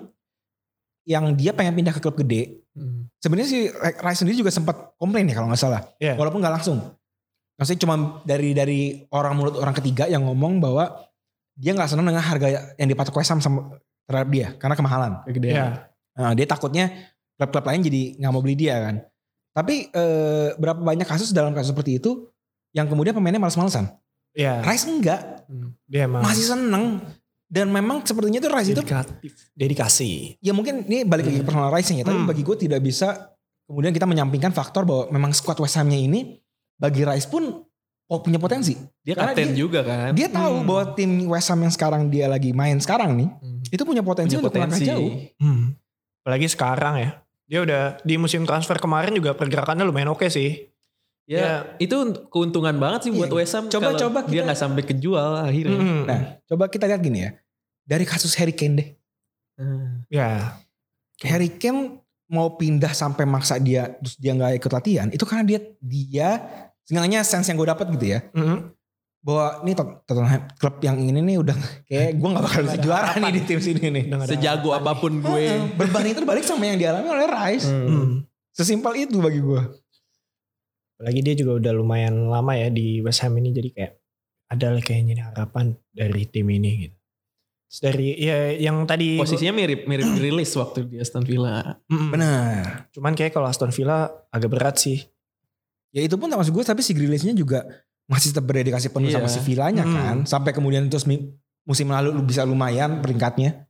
yang dia pengen pindah ke klub gede. Hmm. Sebenarnya si Rice sendiri juga sempat komplain ya kalau nggak salah. Iya. Walaupun nggak langsung. Maksudnya cuma dari dari orang mulut orang ketiga yang ngomong bahwa dia nggak senang dengan harga yang dipatok West Ham sama terhadap dia karena kemahalan. Kegedean. Iya. Nah, dia takutnya klub-klub lain jadi nggak mau beli dia kan. Tapi eh, berapa banyak kasus dalam kasus seperti itu yang kemudian pemainnya malas-malesan. Iya. Rice enggak, Dia emang masih seneng. Dan memang sepertinya tuh Rice itu dedikatif, dedikasi. ya mungkin ini balik lagi ke personal Rice-nya ya. Tapi Hmm. bagi gue tidak bisa kemudian kita menyampingkan faktor bahwa memang squad West Ham-nya ini bagi Rice pun oh, punya potensi. Dia Karena kapten dia- juga kan. Dia tahu Hmm. bahwa tim West Ham yang sekarang dia lagi main sekarang nih Hmm. itu punya potensi Punya untuk melangkah potensi. jauh. Hmm. Apalagi sekarang ya. Dia udah di musim transfer kemarin juga pergerakannya lumayan oke sih. Ya, Ya. itu keuntungan banget sih buat Iya. West Ham. Coba- kalau coba dia kita- nggak sampai kejual akhirnya. Hmm. Nah, coba kita lihat gini ya. Dari kasus Harry Kane deh. Hmm. Ya. Harry Kane mau pindah sampai maksa dia terus dia nggak ikut latihan. Itu karena dia dia seenggaknya sense yang gue dapat gitu ya. Hmm. Bahwa ini Tot- Tottenham klub yang ini nih udah kayak gue gak bakal bisa juara nih di tim sini nih. Udah nggak ada Sejago harapan apapun gue. Heeh, berbanding terbalik sama yang dialami oleh Rice. Hmm. Hmm. Sesimpel itu bagi gue. Apalagi dia juga udah lumayan lama ya di West Ham ini, jadi kayak ada lah kayaknya nih harapan dari tim ini gitu. Terus dari ya yang tadi Posisinya mirip mirip rilis waktu di Aston Villa. Mm-mm. Benar. Cuman kayak kalau Aston Villa agak berat sih. Ya itu pun tak maksud gue, tapi si Grealish-nya juga masih tetap berdedikasi penuh Iya. sama si Villanya Hmm. kan. Sampai kemudian terus mi- musim lalu lu bisa lumayan peringkatnya.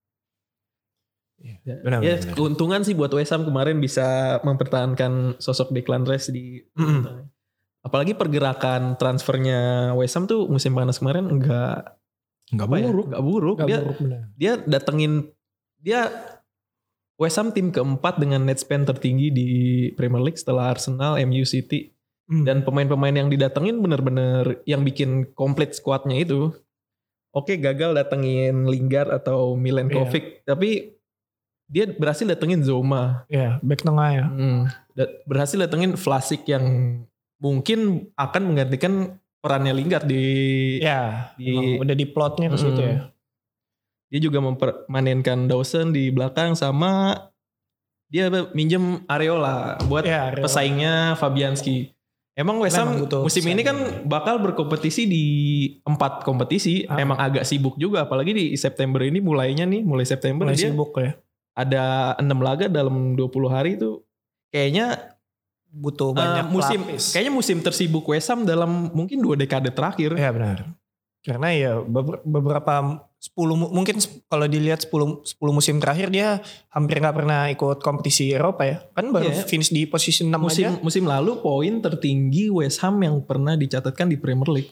Benar, Ya, benar. keuntungan sih buat West Ham kemarin bisa mempertahankan sosok Declan Rice di. Mm-mm. Apalagi pergerakan transfernya West Ham tuh musim panas kemarin enggak Enggak apa ya, buruk. enggak buruk. Gak dia buruk benar. dia datengin dia West Ham tim keempat dengan net spend tertinggi di Premier League setelah Arsenal, M U, City. Hmm. Dan pemain-pemain yang didatengin bener-bener yang bikin komplit squadnya itu. Oke, gagal datengin Lingard atau Milenkovic, tapi dia berhasil datengin Zoma. Ya, back tengah ya. Hmm, da- berhasil datengin Vlasic yang mungkin akan menggantikan perannya Lingard di Ya, di- emang udah di plotnya ke situ Mm. ya. dia juga mempermanenkan Dawson di belakang sama dia minjem Areola buat Ya, Areola. pesaingnya Fabianski. Emang West Ham Memang butuh musim ini kan pesaing. bakal berkompetisi di empat kompetisi. Ah. Emang agak sibuk juga, apalagi di September ini mulainya nih, mulai September Mulai dia sibuk ya. ada enam laga dalam dua puluh hari itu. Kayaknya Butuh eh, banyak musim pelapis. kayaknya musim tersibuk West Ham dalam mungkin dua dekade terakhir. Ya benar. Karena ya beber- beberapa sepuluh mu- mungkin sep- kalau dilihat sepuluh sepuluh musim terakhir dia hampir nggak pernah ikut kompetisi Eropa ya. Kan baru Iya. finish di posisi enam Musim aja. musim lalu poin tertinggi West Ham yang pernah dicatatkan di Premier League.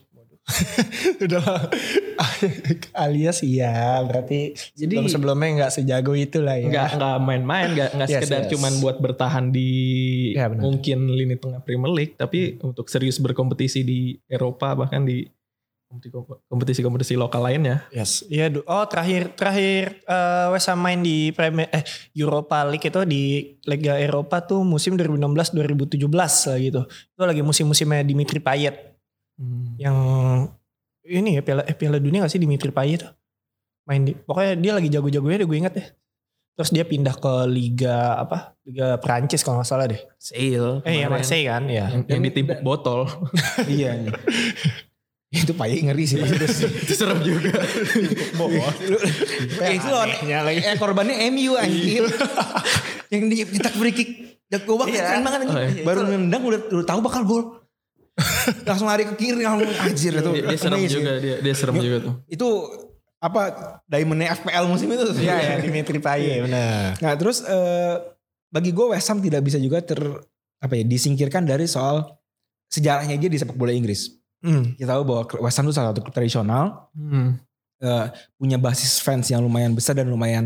Udah alias iya berarti Jadi sebelum sebelumnya nggak sejago itu lah ya. nggak nggak main-main, nggak nggak Yes, sekedar yes. cuman buat bertahan di Ya, benar. mungkin lini tengah Premier League, tapi untuk serius berkompetisi di Eropa bahkan di kompetisi-kompetisi lokal lainnya. Yes. Iya. du- Oh terakhir terakhir eh, West Ham main di Premier eh Europa League itu di Liga Eropa tuh musim dua ribu enam belas dua ribu tujuh belas lah gitu. Itu lagi musim-musimnya Dimitri Payet yang ini ya Piala eh, Piala Dunia gak sih Dimitri Payet tuh? Main di pokoknya dia lagi jago-jagonya deh gue inget ya. Terus dia pindah ke Liga apa? Liga Prancis kalau nggak salah deh. Sale. Eh ya kemarin. Marseille kan ya. Yang, yang ditimpuk botol. Iya. Itu payah ngeri sih pasti. Itu serem juga. Eh, itu loh. Eh korbannya M U anjir. Yang dicetak free kick. Jago banget, Iya. keren banget anjir. Oh, iya. Baru nendang udah, udah tahu bakal gol. Langsung lari ke kiri, langsung anjir itu. dia, dia serem amazing. juga, dia, dia serem juga tuh. Itu apa diamondnya F P L musim itu. Iya ya Dimitri Payet benar. Nah terus eh, bagi gue West Ham tidak bisa juga ter apa ya disingkirkan dari soal sejarahnya dia di sepak bola Inggris. Hmm. Kita tahu bahwa West Ham itu salah satu klub tradisional, Hmm. eh, punya basis fans yang lumayan besar dan lumayan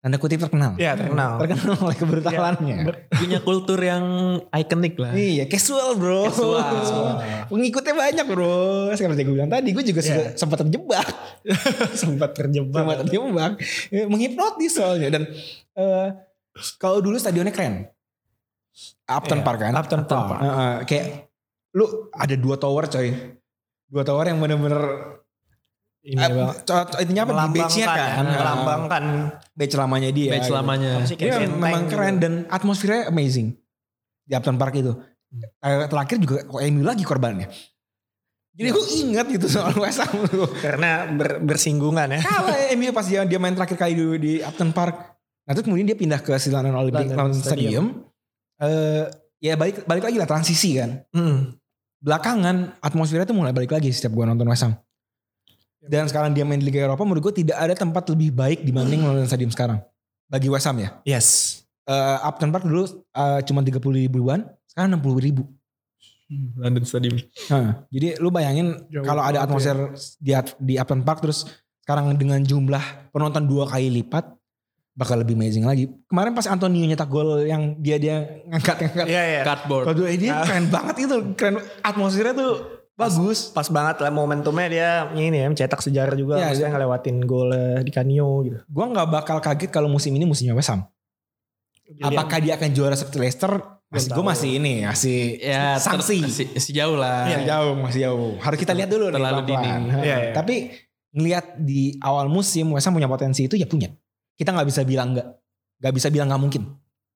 tanda kutip terkenal. Ya terkenal. Terkenal oleh kebrutalannya. Ya, ber- Punya kultur yang ikonik lah. Iya, casual bro. Casual. Pengikutnya banyak bro. Seperti gue bilang tadi, gue juga Iya. sempat terjebak. sempat terjebak. Sempat terjebak. Ya, menghipnotis soalnya. Dan eh, kalau dulu stadionnya keren. Upton Iya, Park kan? Upton Park. Eh, eh, kayak lu ada dua tower coy. Dua tower yang bener-bener Ini eh, bang. co- co- intinya apa? Di badge-nya Melambangkan, kan. ya, melambangkan. Badge lamanya dia. Badge gitu. lamanya. Apa sih, Ini kayak memang, benteng memang gitu. keren dan atmosfernya amazing di Upton Park itu. Eh, Terakhir juga kok M U lagi korbannya. Jadi gue ingat gitu soal West Ham. Karena ber- bersinggungan ya. Kalah ya M U pas dia, dia main terakhir kali di, di Upton Park. Nah terus kemudian dia pindah ke London Olympic London London Stadium. Eh, ya balik balik lagi lah transisi kan. Hmm. Belakangan atmosfernya tuh mulai balik lagi setiap gue nonton West Ham. Dan sekarang dia main di Liga Eropa, menurut gue tidak ada tempat lebih baik dibanding London Stadium sekarang. Bagi West Ham ya. Yes. Eh, Upton Park dulu eh, cuma tiga puluh ribuan, sekarang enam puluh ribu. London Stadium. Nah, jadi lu bayangin Jauh kalau ada banget atmosfer di, di Upton Park terus sekarang dengan jumlah penonton dua kali lipat bakal lebih amazing lagi. Kemarin pas Antonio nyetak gol yang dia dia ngangkat-ngangkat. Iya iya. Cardboard. Waduh, eh, dia keren banget itu, keren atmosfernya tuh bagus. Pas banget lah momentumnya dia ini ya mencetak sejarah juga. Iya, Maksudnya dia- ngelewatin gol di Canio gitu. Gua nggak bakal kaget kalau musim ini musimnya West Ham. Apakah dia akan juara seperti Leicester? Masih, Belum gue tahu. masih ini, masih Ya ter- sanksi. masih, masih jauh lah. Masih jauh, masih jauh. Harus kita lihat dulu nih Terlalu pelan-pelan. dini. Ha, Iya, iya. Tapi ngelihat di awal musim West Ham punya potensi itu ya punya. Kita nggak bisa bilang nggak, nggak bisa bilang nggak mungkin.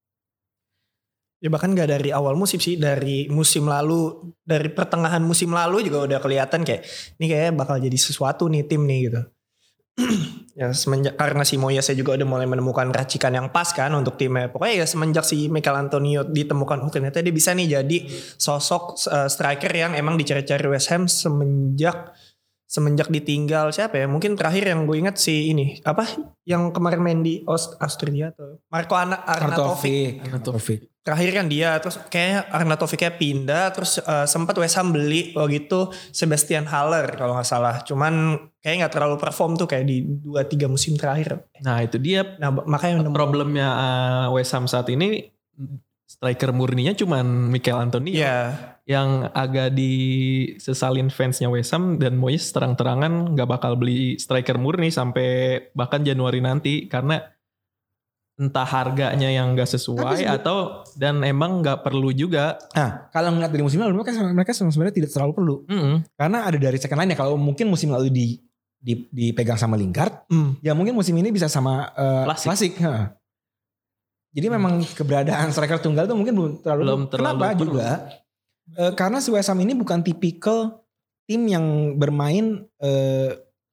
Ya bahkan gak dari awal musim sih, dari musim lalu, dari pertengahan musim lalu juga udah kelihatan kayak ini kayak bakal jadi sesuatu nih tim nih gitu. Ya semenjak karena si Moyes juga udah mulai menemukan racikan yang pas kan untuk timnya. Pokoknya ya semenjak si Michael Antonio ditemukan, oh ternyata dia bisa nih jadi sosok uh, striker yang emang dicari-cari West Ham semenjak semenjak ditinggal siapa ya? Mungkin terakhir yang gue ingat si ini apa? Yang kemarin main di Aust- Austria tuh. Marco Ana- Arnautovic. Arnautovic. Terakhir kan dia terus kayak Arnautovicnya pindah terus uh, sempat West Ham beli waktu itu Sebastian Haller kalau nggak salah. Cuman kayak nggak terlalu perform tuh kayak di dua tiga musim terakhir. Nah itu dia Nah makanya nemu- problemnya uh, West Ham saat ini, striker murninya cuman Mikel Antonio. Iya. Yang agak disesalin fansnya West Ham, dan Moyes terang-terangan gak bakal beli striker murni sampai bahkan Januari nanti karena entah harganya yang gak sesuai Tapi atau dan emang gak perlu juga. Nah, kalau ngeliat dari musim lalu mereka mereka sebenarnya tidak terlalu perlu. Mm-mm. Karena ada dari second line ya. Kalau mungkin musim lalu di, di dipegang sama Lingard, Hmm. ya mungkin musim ini bisa sama uh, Klasik. klasik. Ha. Jadi memang keberadaan striker tunggal itu mungkin belum terlalu. Belum terlalu Kenapa perlu. juga? Eh, karena si West Ham ini bukan tipikal tim yang bermain eh,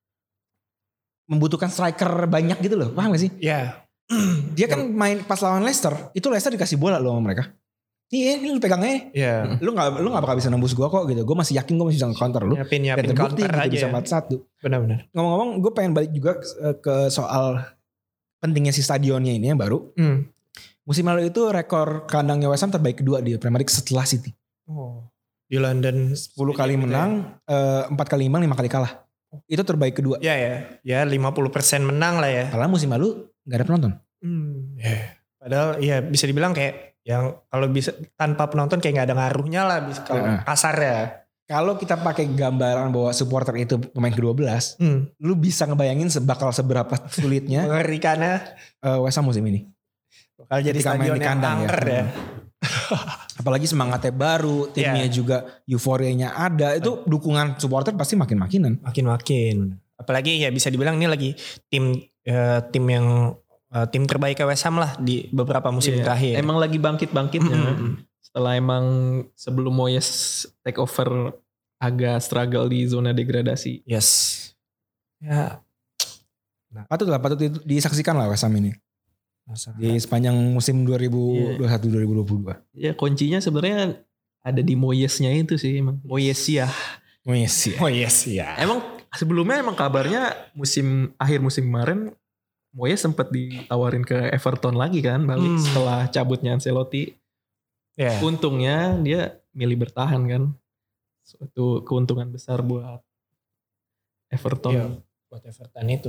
membutuhkan striker banyak gitu loh. Paham gak sih? Ya. Dia kan main pas lawan Leicester, itu Leicester dikasih bola loh sama mereka. Iya, ini lu pegangnya. Ya. Lu gak, lu gak bakal bisa nembus gua kok gitu. Gue masih yakin gue masih bisa counter lu. Nyiapin Dan nyiapin terbukti counter gitu aja. bisa Ya. empat satu. Benar-benar. Ngomong-ngomong gue pengen balik juga eh, ke soal pentingnya si stadionnya ini yang baru. Hmm. Musim lalu itu rekor kandangnya West Ham terbaik kedua di Premier League setelah City. Oh. Di London sepuluh kali menang, empat kali imbang, lima kali kalah. Itu terbaik kedua. Ya ya. Ya lima puluh persen menang lah ya. Karena musim lalu gak ada penonton. Hmm. Ya. Padahal ya bisa dibilang kayak yang kalau bisa tanpa penonton kayak nggak ada ngaruhnya lah bisa kalau Heeh. kasar ya. Kalau kita pakai gambaran bahwa supporter itu pemain kedua belas, Hmm. lu bisa ngebayangin se- bakal seberapa sulitnya Mengerikannya eh, West Ham musim ini. bakal jadi Ketika main stadion di yang kandang ya. angker ya. Apalagi semangatnya baru, timnya Iya. juga euforianya ada. Itu dukungan supporter pasti makin-makinan. Makin-makin. Apalagi ya bisa dibilang ini lagi tim eh, tim yang eh, tim terbaik West Ham lah di beberapa musim Iya. terakhir. Emang lagi bangkit-bangkitnya. Mm-mm. Setelah emang sebelum Moyes take over agak struggle di zona degradasi. Yes. Ya. Patut lah, patut itu disaksikan lah West Ham ini. Di sepanjang musim dua ribu dua puluh satu dua ribu dua puluh dua. Ya kuncinya sebenarnya ada di Moyesnya itu sih emang. Moyes ya. Oh yes ya. Oh yes ya. Emang sebelumnya emang kabarnya musim akhir musim kemarin Moyes sempat ditawarin ke Everton lagi kan balik Hmm. setelah cabutnya Ancelotti. Ya. Untungnya dia milih bertahan kan. Suatu keuntungan besar buat Everton. Iya. Buat Everton itu.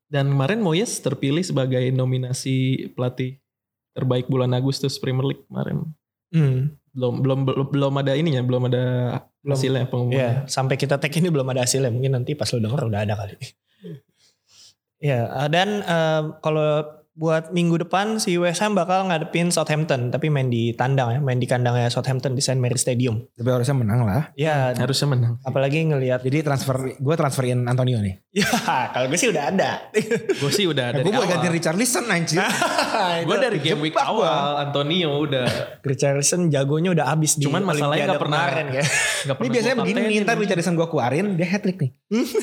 Dan kemarin Moyes terpilih sebagai nominasi pelatih terbaik bulan Agustus Premier League kemarin. Hmm. Belum belum belum, belum ada ininya, belum ada Belum. hasilnya pengumuman. Ya, sampai kita tag ini belum ada hasilnya. Mungkin nanti pas lo denger udah ada kali. Ya, dan uh, kalau buat minggu depan si West Ham bakal ngadepin Southampton, tapi main di tandang ya, main di kandangnya Southampton di Saint Mary Stadium. Tapi harusnya menang lah. Ya, Harusnya menang. apalagi ngelihat. Jadi transfer, gue transferin Antonio nih. Ya, kalau gue sih udah ada. Gue sih udah Ya, dari gue buat awal. ganti Richarlison anjir. Gue dari game week Jebak gua. awal Antonio udah. Richarlison jagonya udah habis di Cuman masalahnya Olimpiade nggak pernah. kemarin ya. Nggak Ini pernah biasanya gua begini kaptenin. nih, ntar Richarlison gue keluarin, dia hat-trick nih.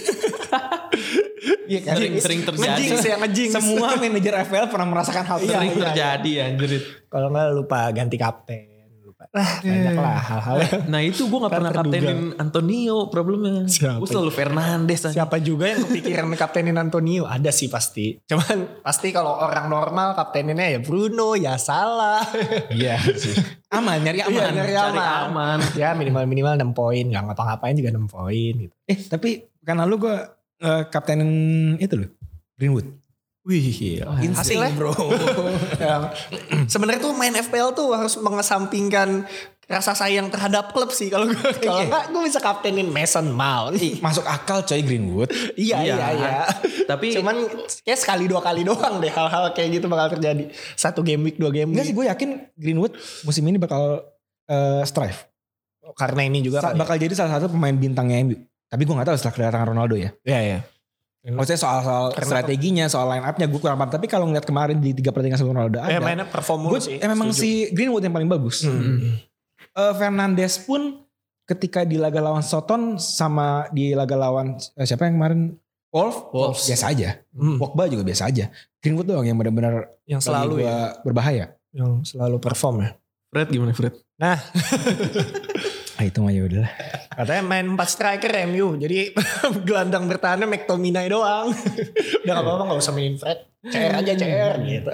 Iya kan? Sering, sering terjadi. Ngejinx ya, ngejinx. Semua manajer F P L pernah merasakan hal Sering tersebut. terjadi anjir. Kalau nggak lupa ganti kapten. Lupa. Lah, banyak lah hal-hal. Nah itu gue gak Kan pernah terduga. kaptenin Antonio problemnya. Siapa? Gue selalu Fernandes aja. Siapa juga yang kepikiran kaptenin Antonio? Ada sih pasti. Cuman pasti kalau orang normal kapteninnya ya Bruno, ya Salah. Iya sih. Aman, nyari aman. Iya, nyari Cari aman. aman. Ya minimal-minimal enam poin. Gak ngapa-ngapain juga enam poin gitu. Eh tapi kan lalu gue uh, kaptenin itu loh, Greenwood. Wih, Insting hasilnya bro. yang sebenarnya tuh main F P L tuh harus mengesampingkan rasa sayang terhadap klub sih. Kalau gue kalau nggak gue bisa kaptenin Mason Mount. Masuk akal coy Greenwood. Iya Iya. iya iya. Tapi Cuman kayak sekali dua kali doang deh hal-hal kayak gitu bakal terjadi. Satu game week dua game Enggak sih, week. gue yakin Greenwood musim ini bakal uh, strive. Karena ini juga Sa- kali ya. bakal jadi salah satu pemain bintangnya M U. Tapi gue gak tahu setelah kedatangan Ronaldo ya. Iya iya. Maksudnya soal-soal Karena- strateginya, soal line up-nya gue kurang paham. Tapi kalau ngeliat kemarin di tiga pertandingan sebelum Ronaldo Eh ada. mainnya perform Gue mulu sih. eh, memang setuju. si Greenwood yang paling bagus. Hmm. Uh, Fernandes pun ketika di laga lawan Soton sama di laga lawan eh, siapa yang kemarin Wolf, Wolves. biasa aja. Hmm. Pogba juga biasa aja. Greenwood doang yang benar-benar Yang selalu selalu ya. berbahaya. Yang selalu perform ya. Fred gimana Fred? Ah itu mah ya udahlah. Katanya main empat striker M U. Jadi gelandang bertahannya McTominay doang. Udah gak apa-apa gak usah mainin Fred. C R aja C R gitu.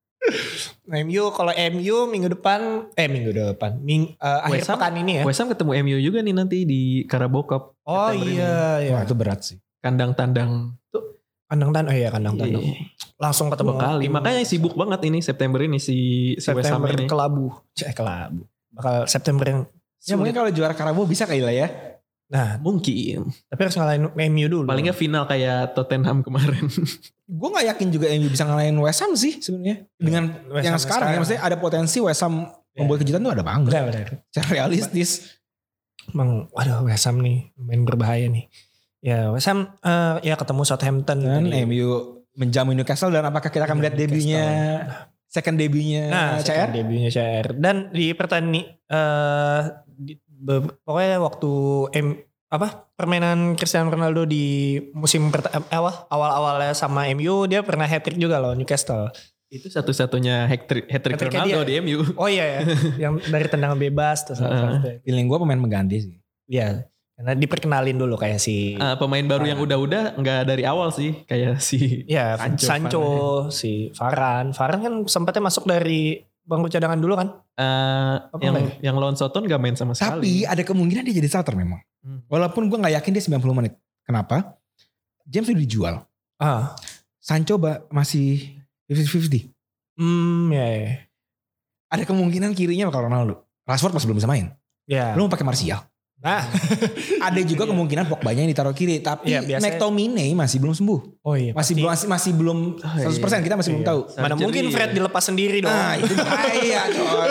M U kalau M U minggu depan eh minggu depan ming, uh, akhir West Ham- pekan ini ya. West Ham ketemu M U juga nih nanti di Carabao Cup. Oh September ini. iya iya. Wah itu berat sih. Kandang tandang. Tuh Kandang tandang. Oh iya kandang tandang. iya. Langsung ketemu Dua kali. tim Makanya sibuk banget ini September ini si, si West Ham September ini. kelabu. Cek kelabu. Bakal September yang Ya mungkin kalau juara Carabao bisa kali lah ya. nah, Mungkin. tapi harus ngalahin M U dulu. Paling gak final kayak Tottenham kemarin. Gue gak yakin juga M U bisa ngalahin West Ham sih sebenarnya. Dengan West yang Ham sekarang, ya, maksudnya ada potensi West Ham membuat kejutan tuh ada banget. Benar, benar. Secara realistis. Emang waduh West Ham nih main berbahaya nih. Ya West Ham eh, ya ketemu Southampton Dan tadi. M U menjamu Newcastle dan apakah kita akan melihat Newcastle. debutnya second debutnya Nah, C R? second debutnya C R. Dan di pertandingan eh di, be- pokoknya waktu M apa permainan Cristiano Ronaldo di musim perta- eh, apa awal-awalnya sama M U dia pernah hat trick juga loh Newcastle. Itu satu-satunya hat-trick hat-trick Hat-tricknya Ronaldo dia. di M U. Oh iya ya, yang dari tendangan bebas terus Heeh. apa Feeling gue pemain mengganti sih. Iya, karena diperkenalin dulu kayak si Ah, pemain baru yang udah-udah nggak dari awal sih kayak si ya Sancho, Sancho, si Varane. Varane kan sempatnya masuk dari bangku cadangan dulu kan? eh, Apa yang main? yang lawan Soton gak main sama sekali. Tapi ada kemungkinan dia jadi starter memang. Hmm. Walaupun gue gak yakin dia sembilan puluh menit. Kenapa? James udah dijual. Ah, Sancho ba- masih fifty fifty. hmm ya, ya. Ada kemungkinan kirinya bakal Ronaldo. Rashford masih belum bisa main. Ya. Lu mau pakai Martial. Nah, Ada juga kemungkinan Pogba-nya yang ditaruh kiri. Tapi Iya, biasanya- McTominay masih belum sembuh. oh iya. Masih pasti. belum masih, masih belum seratus persen. Kita masih belum Iya. tahu. Mana Surgery, mungkin Fred ya. dilepas sendiri dong. Nah itu bahaya coy.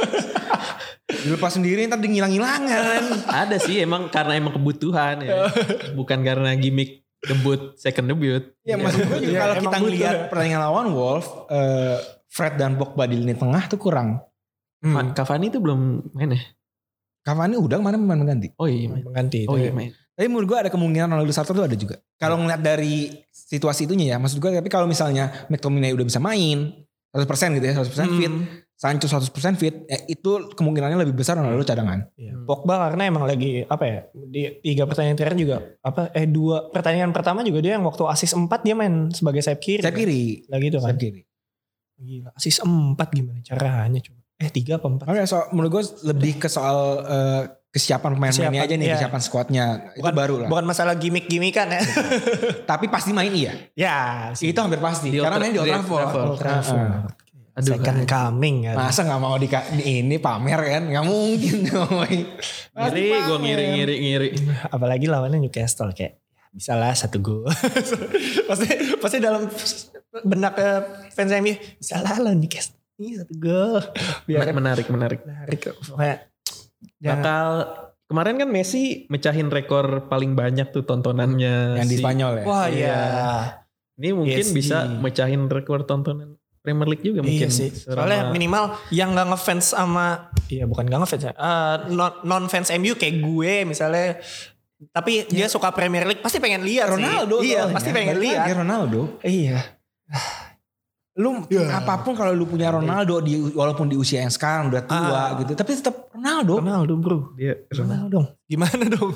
Dilepas sendiri ntar dia ngilang-ngilangan. Ada sih emang karena emang kebutuhan ya. Bukan karena gimmick debut second debut. Ya maksud gue juga Iya, kalau emang kita butuh. ngeliat pertandingan lawan Wolf. eh, Fred dan Pogba di lini tengah tuh kurang. Hmm. Cavani itu belum main ya? Cavani udah kemana pemain mengganti. Oh iya main. Mengganti itu. Oh ya. iya main. Tapi menurut gue ada kemungkinan Ronaldo starter tuh ada juga. Kalau ngeliat dari situasi itunya ya. Maksud gue tapi kalau misalnya McTominay udah bisa main. seratus persen gitu ya. seratus persen fit. Hmm. Sancho seratus persen fit. Ya itu kemungkinannya lebih besar Ronaldo cadangan. Iya. Pogba karena emang lagi apa ya di tiga pertandingan terakhir juga apa eh dua pertandingan pertama juga dia yang waktu asis empat dia main sebagai sayap kiri. Sayap kan? kiri. Lagi itu kan. Sayap kiri. Gila. Asis empat gimana caranya coba? Eh tiga apa empat? Oke so menurut gue lebih ke soal eh, kesiapan pemain-pemainnya aja nih, Kesiapan, iya. kesiapan squadnya. Itu Bukan, baru lah. bukan masalah gimmick-gimmickan ya. Tapi pasti main iya. Ya. Itu hampir pasti. Di Karena Old- main di Old di Trafford. Old Trafford. Heeh. Aduh, Second coming kan. Masa gak mau di, di ini pamer kan? Gak mungkin. Ngiri, gue ngiri, ngiri, ngiri. Apalagi lawannya Newcastle kayak bisa lah satu gol. pasti pasti dalam benak eh, fans M U bisa lah lawan Newcastle. Ini satu gol. Biar Menarik, menarik. menarik. Pokoknya Bakal kemarin kan Messi mecahin rekor paling banyak tuh tontonannya. Yang di si- Spanyol ya. wah iya. Ini mungkin P S G. bisa mecahin rekor tontonan Premier League juga mungkin. Iya sih. Selama- Soalnya minimal yang gak ngefans sama, iya bukan gak ngefans ya, eh, non, non fans M U kayak gue misalnya, tapi dia suka Premier League pasti pengen lihat sih. Ronaldo. Iya soalnya. pasti pengen Balik lihat. lagi Ronaldo. Iya. Lu apapun kalau lu punya Ronaldo di walaupun di usia yang sekarang udah tua Ah. gitu, tapi tetap Ronaldo. Ronaldo bro. Dia Ronaldo dong. Gimana dong?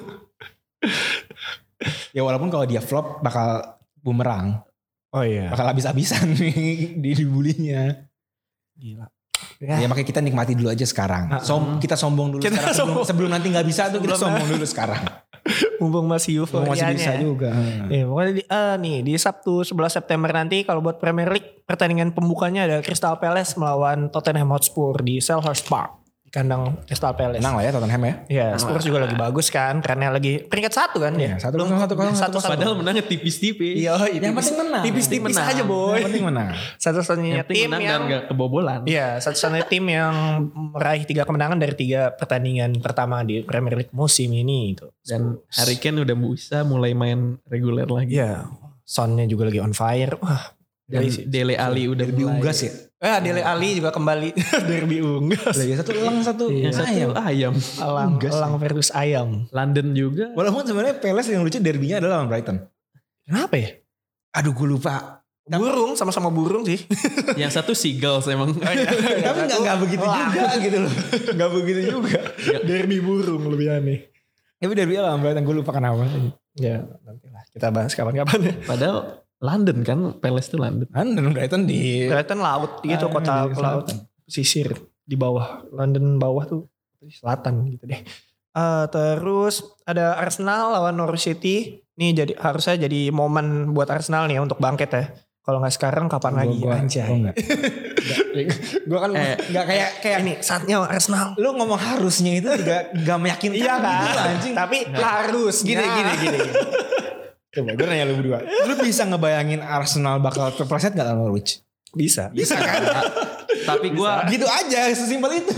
Ya walaupun kalau dia flop bakal bumerang, Oh iya. bakal habis-habisan nih di dibulinya. Gila. Ya, makanya kita nikmati dulu aja sekarang. Ah. Som, kita sombong dulu Kita sekarang sebelum, sombong. sebelum nanti nggak bisa tuh kita Sebelum- sombong dulu sekarang. Mumpung masih Mumpung euforianya. masih bisa juga. Ya, pokoknya di, eh, nih di Sabtu sebelas September nanti kalau buat Premier League pertandingan pembukanya ada Crystal Palace melawan Tottenham Hotspur di Selhurst Park di kandang Crystal Palace. Tenang lah ya Tottenham ya. Ya, Spurs juga lagi bagus kan karena lagi peringkat satu kan Iya, ya. satu Belum- kosong, satu kosong, satu satu padahal menangnya tipis-tipis. Iya, Yang penting menang. Tipis-tipis Yang penting aja boy. Yang penting menang. Satu-satunya Yang penting tim menang dan yang gak kebobolan. Iya, satu-satunya tim yang meraih tiga kemenangan dari tiga pertandingan pertama di Premier League musim ini itu. Dan Harry Kane udah bisa mulai main reguler lagi. Iya, Sonnya juga lagi on fire. Wah, Dan dari sih. Dele Alli udah Derby mulai. unggas ya. Eh, Dele Alli juga kembali derby unggas. Lagi satu elang satu Yang satu ayam. ayam. Elang, Unggas elang versus ayam. London juga. Walaupun sebenarnya Palace yang lucu derbynya adalah lawan Brighton. Kenapa ya? Aduh gue lupa. Burung, sama-sama burung sih. Yang satu Seagulls emang. Tapi nggak nggak begitu juga gitu loh. Nggak begitu juga. Derby burung lebih aneh. Tapi derby lawan Brighton gue lupa kenapa. Ya, nantilah kita bahas kapan-kapan ya. Padahal London kan, Palace itu London. London Brighton di Kelihatan laut gitu, Ah, kota di laut, selatan. sisir di bawah, London bawah tuh selatan gitu deh. Eh, terus ada Arsenal lawan Norwich City. Nih jadi harusnya jadi momen buat Arsenal nih untuk bangkit ya. Kalau nggak sekarang kapan lagi Gua- gua- anjay. gua enggak. Gue kan Eh, nggak kayak kayak Ini saatnya Arsenal. lu ngomong harusnya itu juga gak meyakinkan Iya kan? gitu anjing. Tapi harus Gini gini gini. gini. Coba gue nanya lu berdua. Lu bisa ngebayangin Arsenal bakal terpleset gak lawan Norwich? Bisa. Bisa kan? Tapi gue Gitu aja sesimpel itu.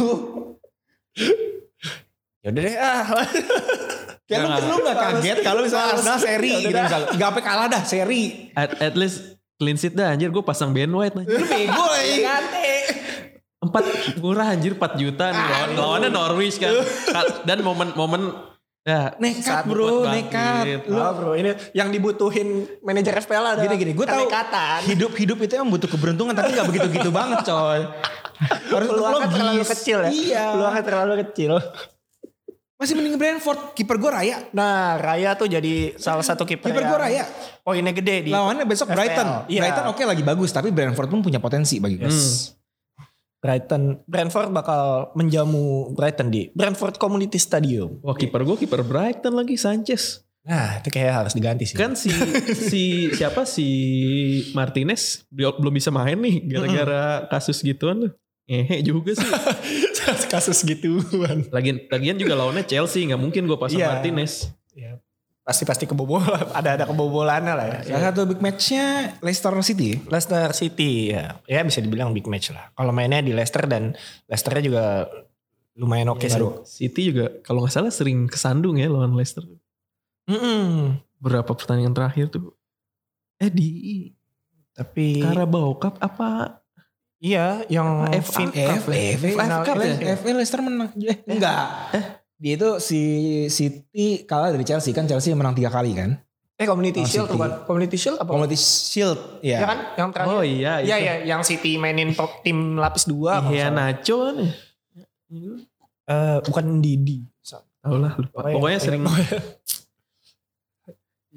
Yaudah deh ah. Kayak lu, Nggak, lu gak kaget kalau misalnya Arsenal seri Yaudah gitu dah. misalnya. Gak sampai kalah dah seri. at, at least clean sheet dah anjir. Gue pasang Ben White lah. Lu bego lagi. Empat murah anjir empat juta nih lawan lawannya Norwich kan. Dan momen-momen ya Nekat saat bro, buat nekat. bangkit. Lu Oh bro, ini yang dibutuhin manajer F P L ada. Gini-gini, gue tahu kenekatan. hidup-hidup itu emang butuh keberuntungan tapi gak begitu-gitu banget coy. Harus Peluangnya logis. terlalu kecil ya. Iya. Peluangnya terlalu kecil. Masih mending Brentford. Kiper gue Raya. Nah, Raya tuh jadi salah satu kiper. Kiper yang gue Raya. Poinnya gede di Lawannya besok F P L. Brighton. Iya. Brighton oke lagi bagus tapi Brentford pun punya potensi bagi gue. Hmm. Brighton, Brentford bakal menjamu Brighton di Brentford Community Stadium. Wah kiper gue kiper Brighton lagi Sanchez. Nah, itu kayak harus diganti sih. Kan si si siapa si Martinez dia belum bisa main nih gara-gara kasus gituan tuh. Ngehe juga sih. kasus gituan. Lagian lagian juga lawannya Chelsea, nggak mungkin gue pasang Iya. Martinez. Ya, pasti-pasti kebobolan. Ada-ada kebobolannya lah ya. Salah satu big matchnya Leicester City. Leicester City ya. Ya bisa dibilang big match lah. Kalau mainnya di Leicester dan Leicesternya juga lumayan oke sih. City juga kalau nggak salah sering kesandung ya lawan Leicester. Mm-mm. Berapa pertandingan terakhir tuh? Eh di Tapi Carabao Cup apa? iya yang Apa, F A fin- F, F, final Cup ya? ya? F A Leicester menang. Eh, enggak. Dia itu si City kalah dari Chelsea kan Chelsea menang tiga kali kan. Eh Community Oh, Shield City. bukan? Community Shield apa? Community Shield ya. Ya kan? Yang terakhir. Oh iya Iya itu. ya, yang City mainin top- tim lapis dua. kalau Iya nggak salah. Nacho nih. Eh, bukan Didi. Tahu lah lupa. Pokoknya sering Ya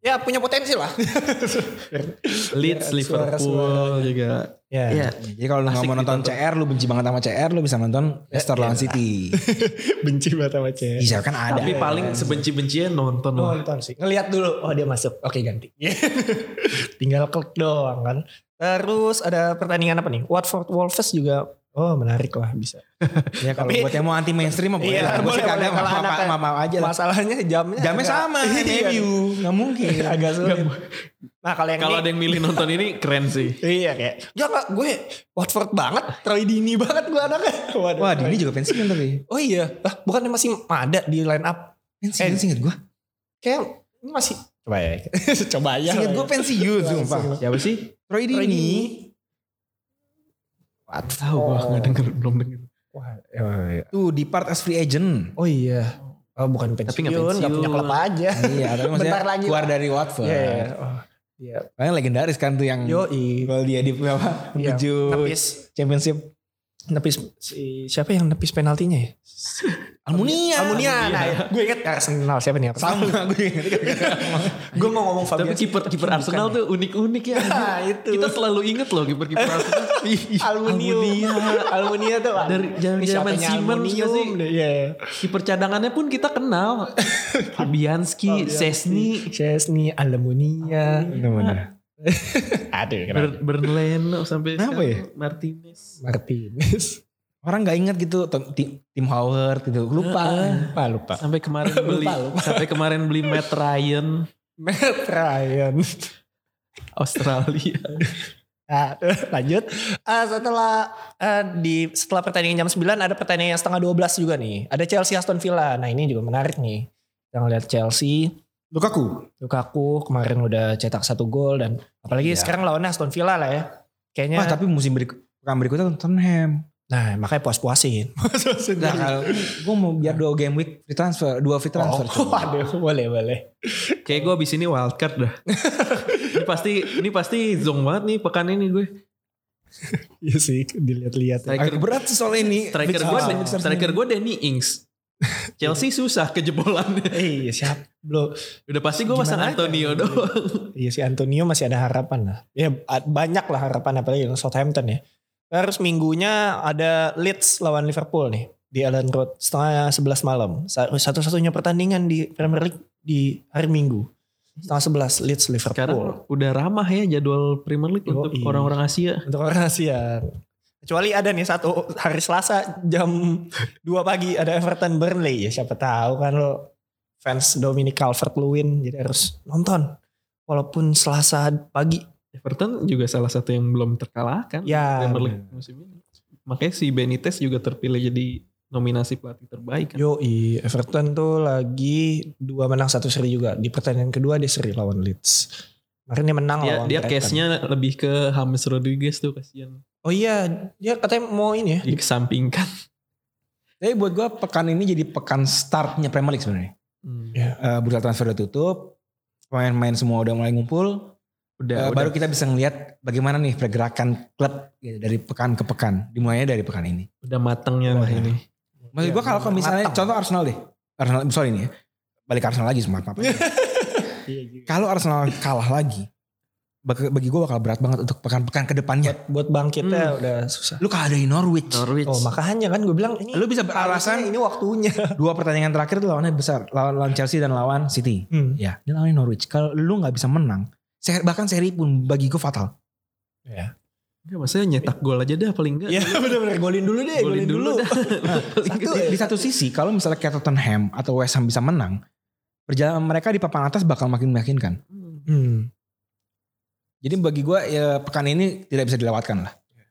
Ya punya potensi lah. Leeds, Ya, Liverpool suara-suara. juga. Ya. Iya. Jadi kalau lu nggak Asik mau nonton ditonton. C R, lu benci banget sama C R, lu bisa nonton Leicester lawan iya. City. Benci banget sama cewek. Bisa kan ada. Tapi paling sebenci-bencinya nonton loh. Nonton sih. Ngeliat dulu. Oh dia masuk. Oke ganti. Tinggal klik doang kan. Terus ada pertandingan apa nih? Watford Wolves juga. Oh menarik lah bisa. Ya kalau Tapi- buat yang mau anti mainstream mah boleh. Iya, lah. Gua boleh, sih kagak boleh. Kalau sama anaknya- sama sama aja lah. Masalahnya jamnya. Jamnya agak- sama, Iya. M U. Gak mungkin. Agak sulit. Nah kalau yang Kalau ini. ada yang milih nonton ini keren sih. Iya kayak. Ya gak gue Watford banget. Troy Deeney banget gue anaknya. Waduh. Wah, Dini juga pensiun tapi. Oh iya. Lah bukannya masih ada di line up. Pensiun Eh. singkat gue. Kayak ini masih. Coba ya. Coba aja. Singkat lah gue ya. pensiun Langsung. sumpah. Siapa sih? Troy Troy Dini. Deeney. Tahu gue nggak denger, belum denger. Wah, iya. Tuh depart as free agent. Oh iya. Oh bukan pensiun. Tapi nggak Nggak pensiun. punya klub aja. Iya, tapi maksudnya Bentar lagi, keluar Pak. dari Watford. Iya. iya. Oh, iya. Makanya legendaris kan tuh yang Yoi. gol dia di apa? Iya, Menuju Nepis. championship. Nepis si siapa yang nepis penaltinya ya? Almunia. Almunia. Nah, ya. Gue inget Arsenal siapa nih? Sama gue. Gue mau ngomong Tapi Fabian. kiper kiper Arsenal tuh unik-unik ya. Nah, itu. Kita selalu inget loh kiper-kiper Arsenal. Almunium. Almunia tuh. Dari zaman- Ini zaman siapanya Siemens nggak sih? Almunium deh, Iya. Kiper cadangannya pun kita kenal. Fabianski, Szczesny, Chesney, Almunia. Bener-bener. Aduh, Ber Berleno sampai Kenapa sekarang. ya? Martinez. Martinez. Orang gak ingat gitu Tim, Tim Howard gitu. Lupa. Lupa, lupa. Sampai kemarin beli lupa. sampai kemarin beli Matt Ryan Matt Ryan. Australia. Nah, lanjut. Ah, setelah ah, di setelah pertandingan jam sembilan ada pertandingan yang setengah dua belas juga nih. Ada Chelsea Aston Villa. Nah, ini juga menarik nih. Kita ngeliat Chelsea, Lukaku. Lukaku kemarin udah cetak satu gol dan apalagi Iya. sekarang lawannya Aston Villa lah ya. Kayaknya Wah tapi musim berikut, pekan berikutnya Tottenham. nah, makanya puas-puasin. Puas-puasin. Nah kalau gue mau biar dua game week free transfer, dua free transfer. Oh, waduh, boleh, boleh. Kayak gue abis ini wildcard dah. ini pasti ini pasti zong banget nih pekan ini gue. Iya sih, dilihat-lihat. ya. Agak berat sih soal ini. Striker Fix- gue fix- fix- striker gue Danny Ings. Chelsea susah kejebolannya. Eh, iya siap. Belum. Udah pasti gue pasang Gimana aja? Antonio doang. Iya si Antonio masih ada harapan lah. Ya a- banyak lah harapan apalagi yang Southampton ya. Terus minggunya ada Leeds lawan Liverpool nih di Ellen Road setengah sebelas malam. Sa- Satu-satunya pertandingan di Premier League di hari Minggu. Setengah sebelas Leeds Liverpool. Sekarang udah ramah ya jadwal Premier League Yoi. untuk orang-orang Asia. Untuk orang Asia. Kecuali ada nih satu hari Selasa jam dua pagi ada Everton Burnley. Ya siapa tahu kan lo fans Dominic Calvert-Lewin jadi harus nonton. Walaupun Selasa pagi. Everton juga salah satu yang belum terkalahkan Ya, Premier League musim ini. Makanya si Benitez juga terpilih jadi nominasi pelatih terbaik kan. Yoi, Everton tuh lagi dua menang satu seri juga. Di pertandingan kedua dia seri lawan Leeds. Kemarin dia menang Dia, lawan dia Brighton. case-nya lebih ke James Rodriguez tuh kasihan. Oh iya, dia katanya mau ini ya. Dikesampingkan. Tapi buat gue pekan ini jadi pekan startnya Premier League sebenarnya. Hmm. Ya. Uh, bursa transfer udah tutup. Pemain-pemain semua udah mulai ngumpul. Udah, Uh, udah. baru kita bisa ngelihat bagaimana nih pergerakan klub gitu, dari pekan ke pekan. Dimulainya dari pekan ini. Udah matangnya lah Wah. ini. Maksud Iya, gue kalau kalau misalnya matang. contoh Arsenal deh. Arsenal sorry nih ya. Balik ke Arsenal lagi semua apa. Kalau Arsenal kalah lagi. Bagi, bagi gue bakal berat banget untuk pekan-pekan ke depannya. Buat bangkitnya Hmm. udah susah. Lu kalah dari Norwich. Norwich. Oh makanya kan gue bilang ini. Lu bisa alasan beralasan ini waktunya. dua pertandingan terakhir tuh lawannya besar. Lawan, lawan Chelsea dan lawan City. Hmm. Ya, ini lawan Norwich. Kalau lu gak bisa menang. Seri, bahkan seri pun bagi gue fatal. Ya. Ya, maksudnya nyetak gol aja dah paling enggak. Ya bener-bener golin dulu deh. Golin dulu dah. Paling Satu, enggak. di satu sisi kalau misalnya kayak Tottenham atau West Ham bisa menang. Perjalanan mereka di papan atas bakal makin meyakinkan. Hmm. Hmm. Jadi bagi gue ya pekan ini tidak bisa dilewatkan lah.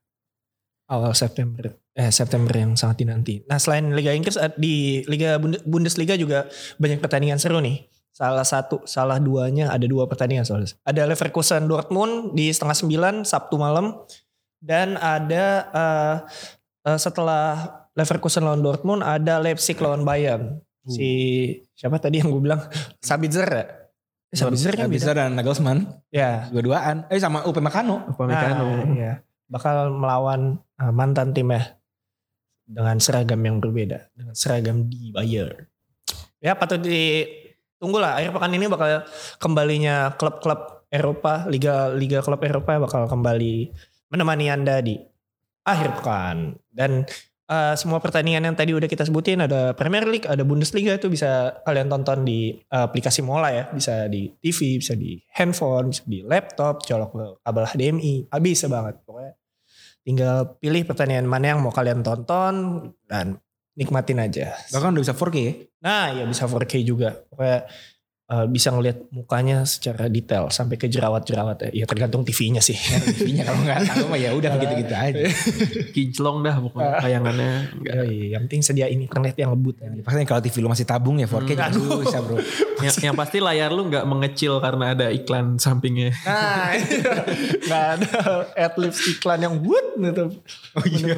Awal September. Eh September yang sangat dinanti. Nah selain Liga Inggris di Liga Bundes- Bundesliga juga banyak pertandingan seru nih. Salah satu, salah duanya ada dua pertandingan soalnya. Ada Leverkusen Dortmund di setengah sembilan Sabtu malam. Dan ada uh, uh, setelah Leverkusen lawan Dortmund ada Leipzig lawan Bayern. Si siapa tadi yang gue bilang Sabitzer ya? Eh, Sabitzer kan bisa bisa. dan Nagelsmann Ya. dua-duaan. Eh sama Upamecano. Upamecano. Nah, iya. Bakal melawan uh, mantan timnya dengan seragam yang berbeda, dengan seragam di Bayern. Ya patut di tunggulah akhir pekan ini bakal kembalinya klub-klub Eropa, liga liga klub Eropa bakal kembali menemani Anda di akhir pekan. Dan uh, semua pertandingan yang tadi udah kita sebutin, ada Premier League, ada Bundesliga, itu bisa kalian tonton di uh, aplikasi Mola ya, bisa di T V, bisa di handphone, bisa di laptop, colok ke kabel H D M I, ah, bisa banget pokoknya. Tinggal pilih pertandingan mana yang mau kalian tonton dan nikmatin aja. Bahkan udah bisa four K ya? Nah ya bisa four K juga. Pokoknya uh, bisa ngeliat mukanya secara detail sampai ke jerawat-jerawat ya. Ya tergantung T V-nya sih. T V-nya kalau nggak tahu mah ya udah gitu-gitu aja. Kinclong dah pokoknya tayangannya. Ya, iya, yang penting sediain internet yang ngebut. Pasti kalau T V lu masih tabung ya four K Hmm, juga bisa bro. yang, yang pasti layar lu nggak mengecil karena ada iklan sampingnya. Nah nggak ada adlibs iklan yang wood gitu. Oh iya.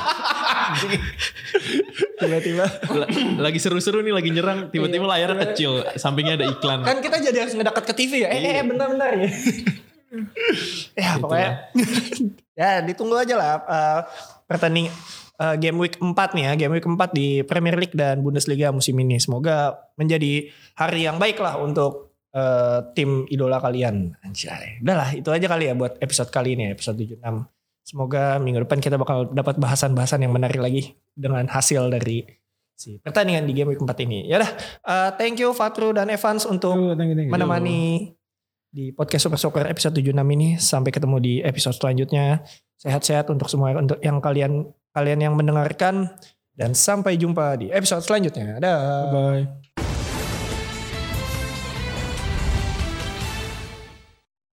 Tiba-tiba Lagi seru-seru nih lagi nyerang, tiba-tiba layarnya kecil, sampingnya ada iklan. kan kita jadi harus ngedekat ke T V ya. Eh, eh bentar-bentar ya. Ya pokoknya ya ditunggu aja lah uh, pertanding uh, game week empat nih ya, game week empat di Premier League dan Bundesliga musim ini. Semoga menjadi hari yang baik lah untuk uh, tim idola kalian. Anjay. Udah lah itu aja kali ya buat episode kali ini, episode tujuh puluh enam. Semoga minggu depan kita bakal dapat bahasan-bahasan yang menarik lagi dengan hasil dari si pertandingan di game week empat ini. Ya dah, uh, thank you Fatru dan Evans untuk Oh, thank you, thank you. menemani di podcast Super Soccer episode tujuh puluh enam ini. Sampai ketemu di episode selanjutnya. Sehat-sehat untuk semua, untuk yang kalian kalian yang mendengarkan, dan sampai jumpa di episode selanjutnya. Dadah. Bye.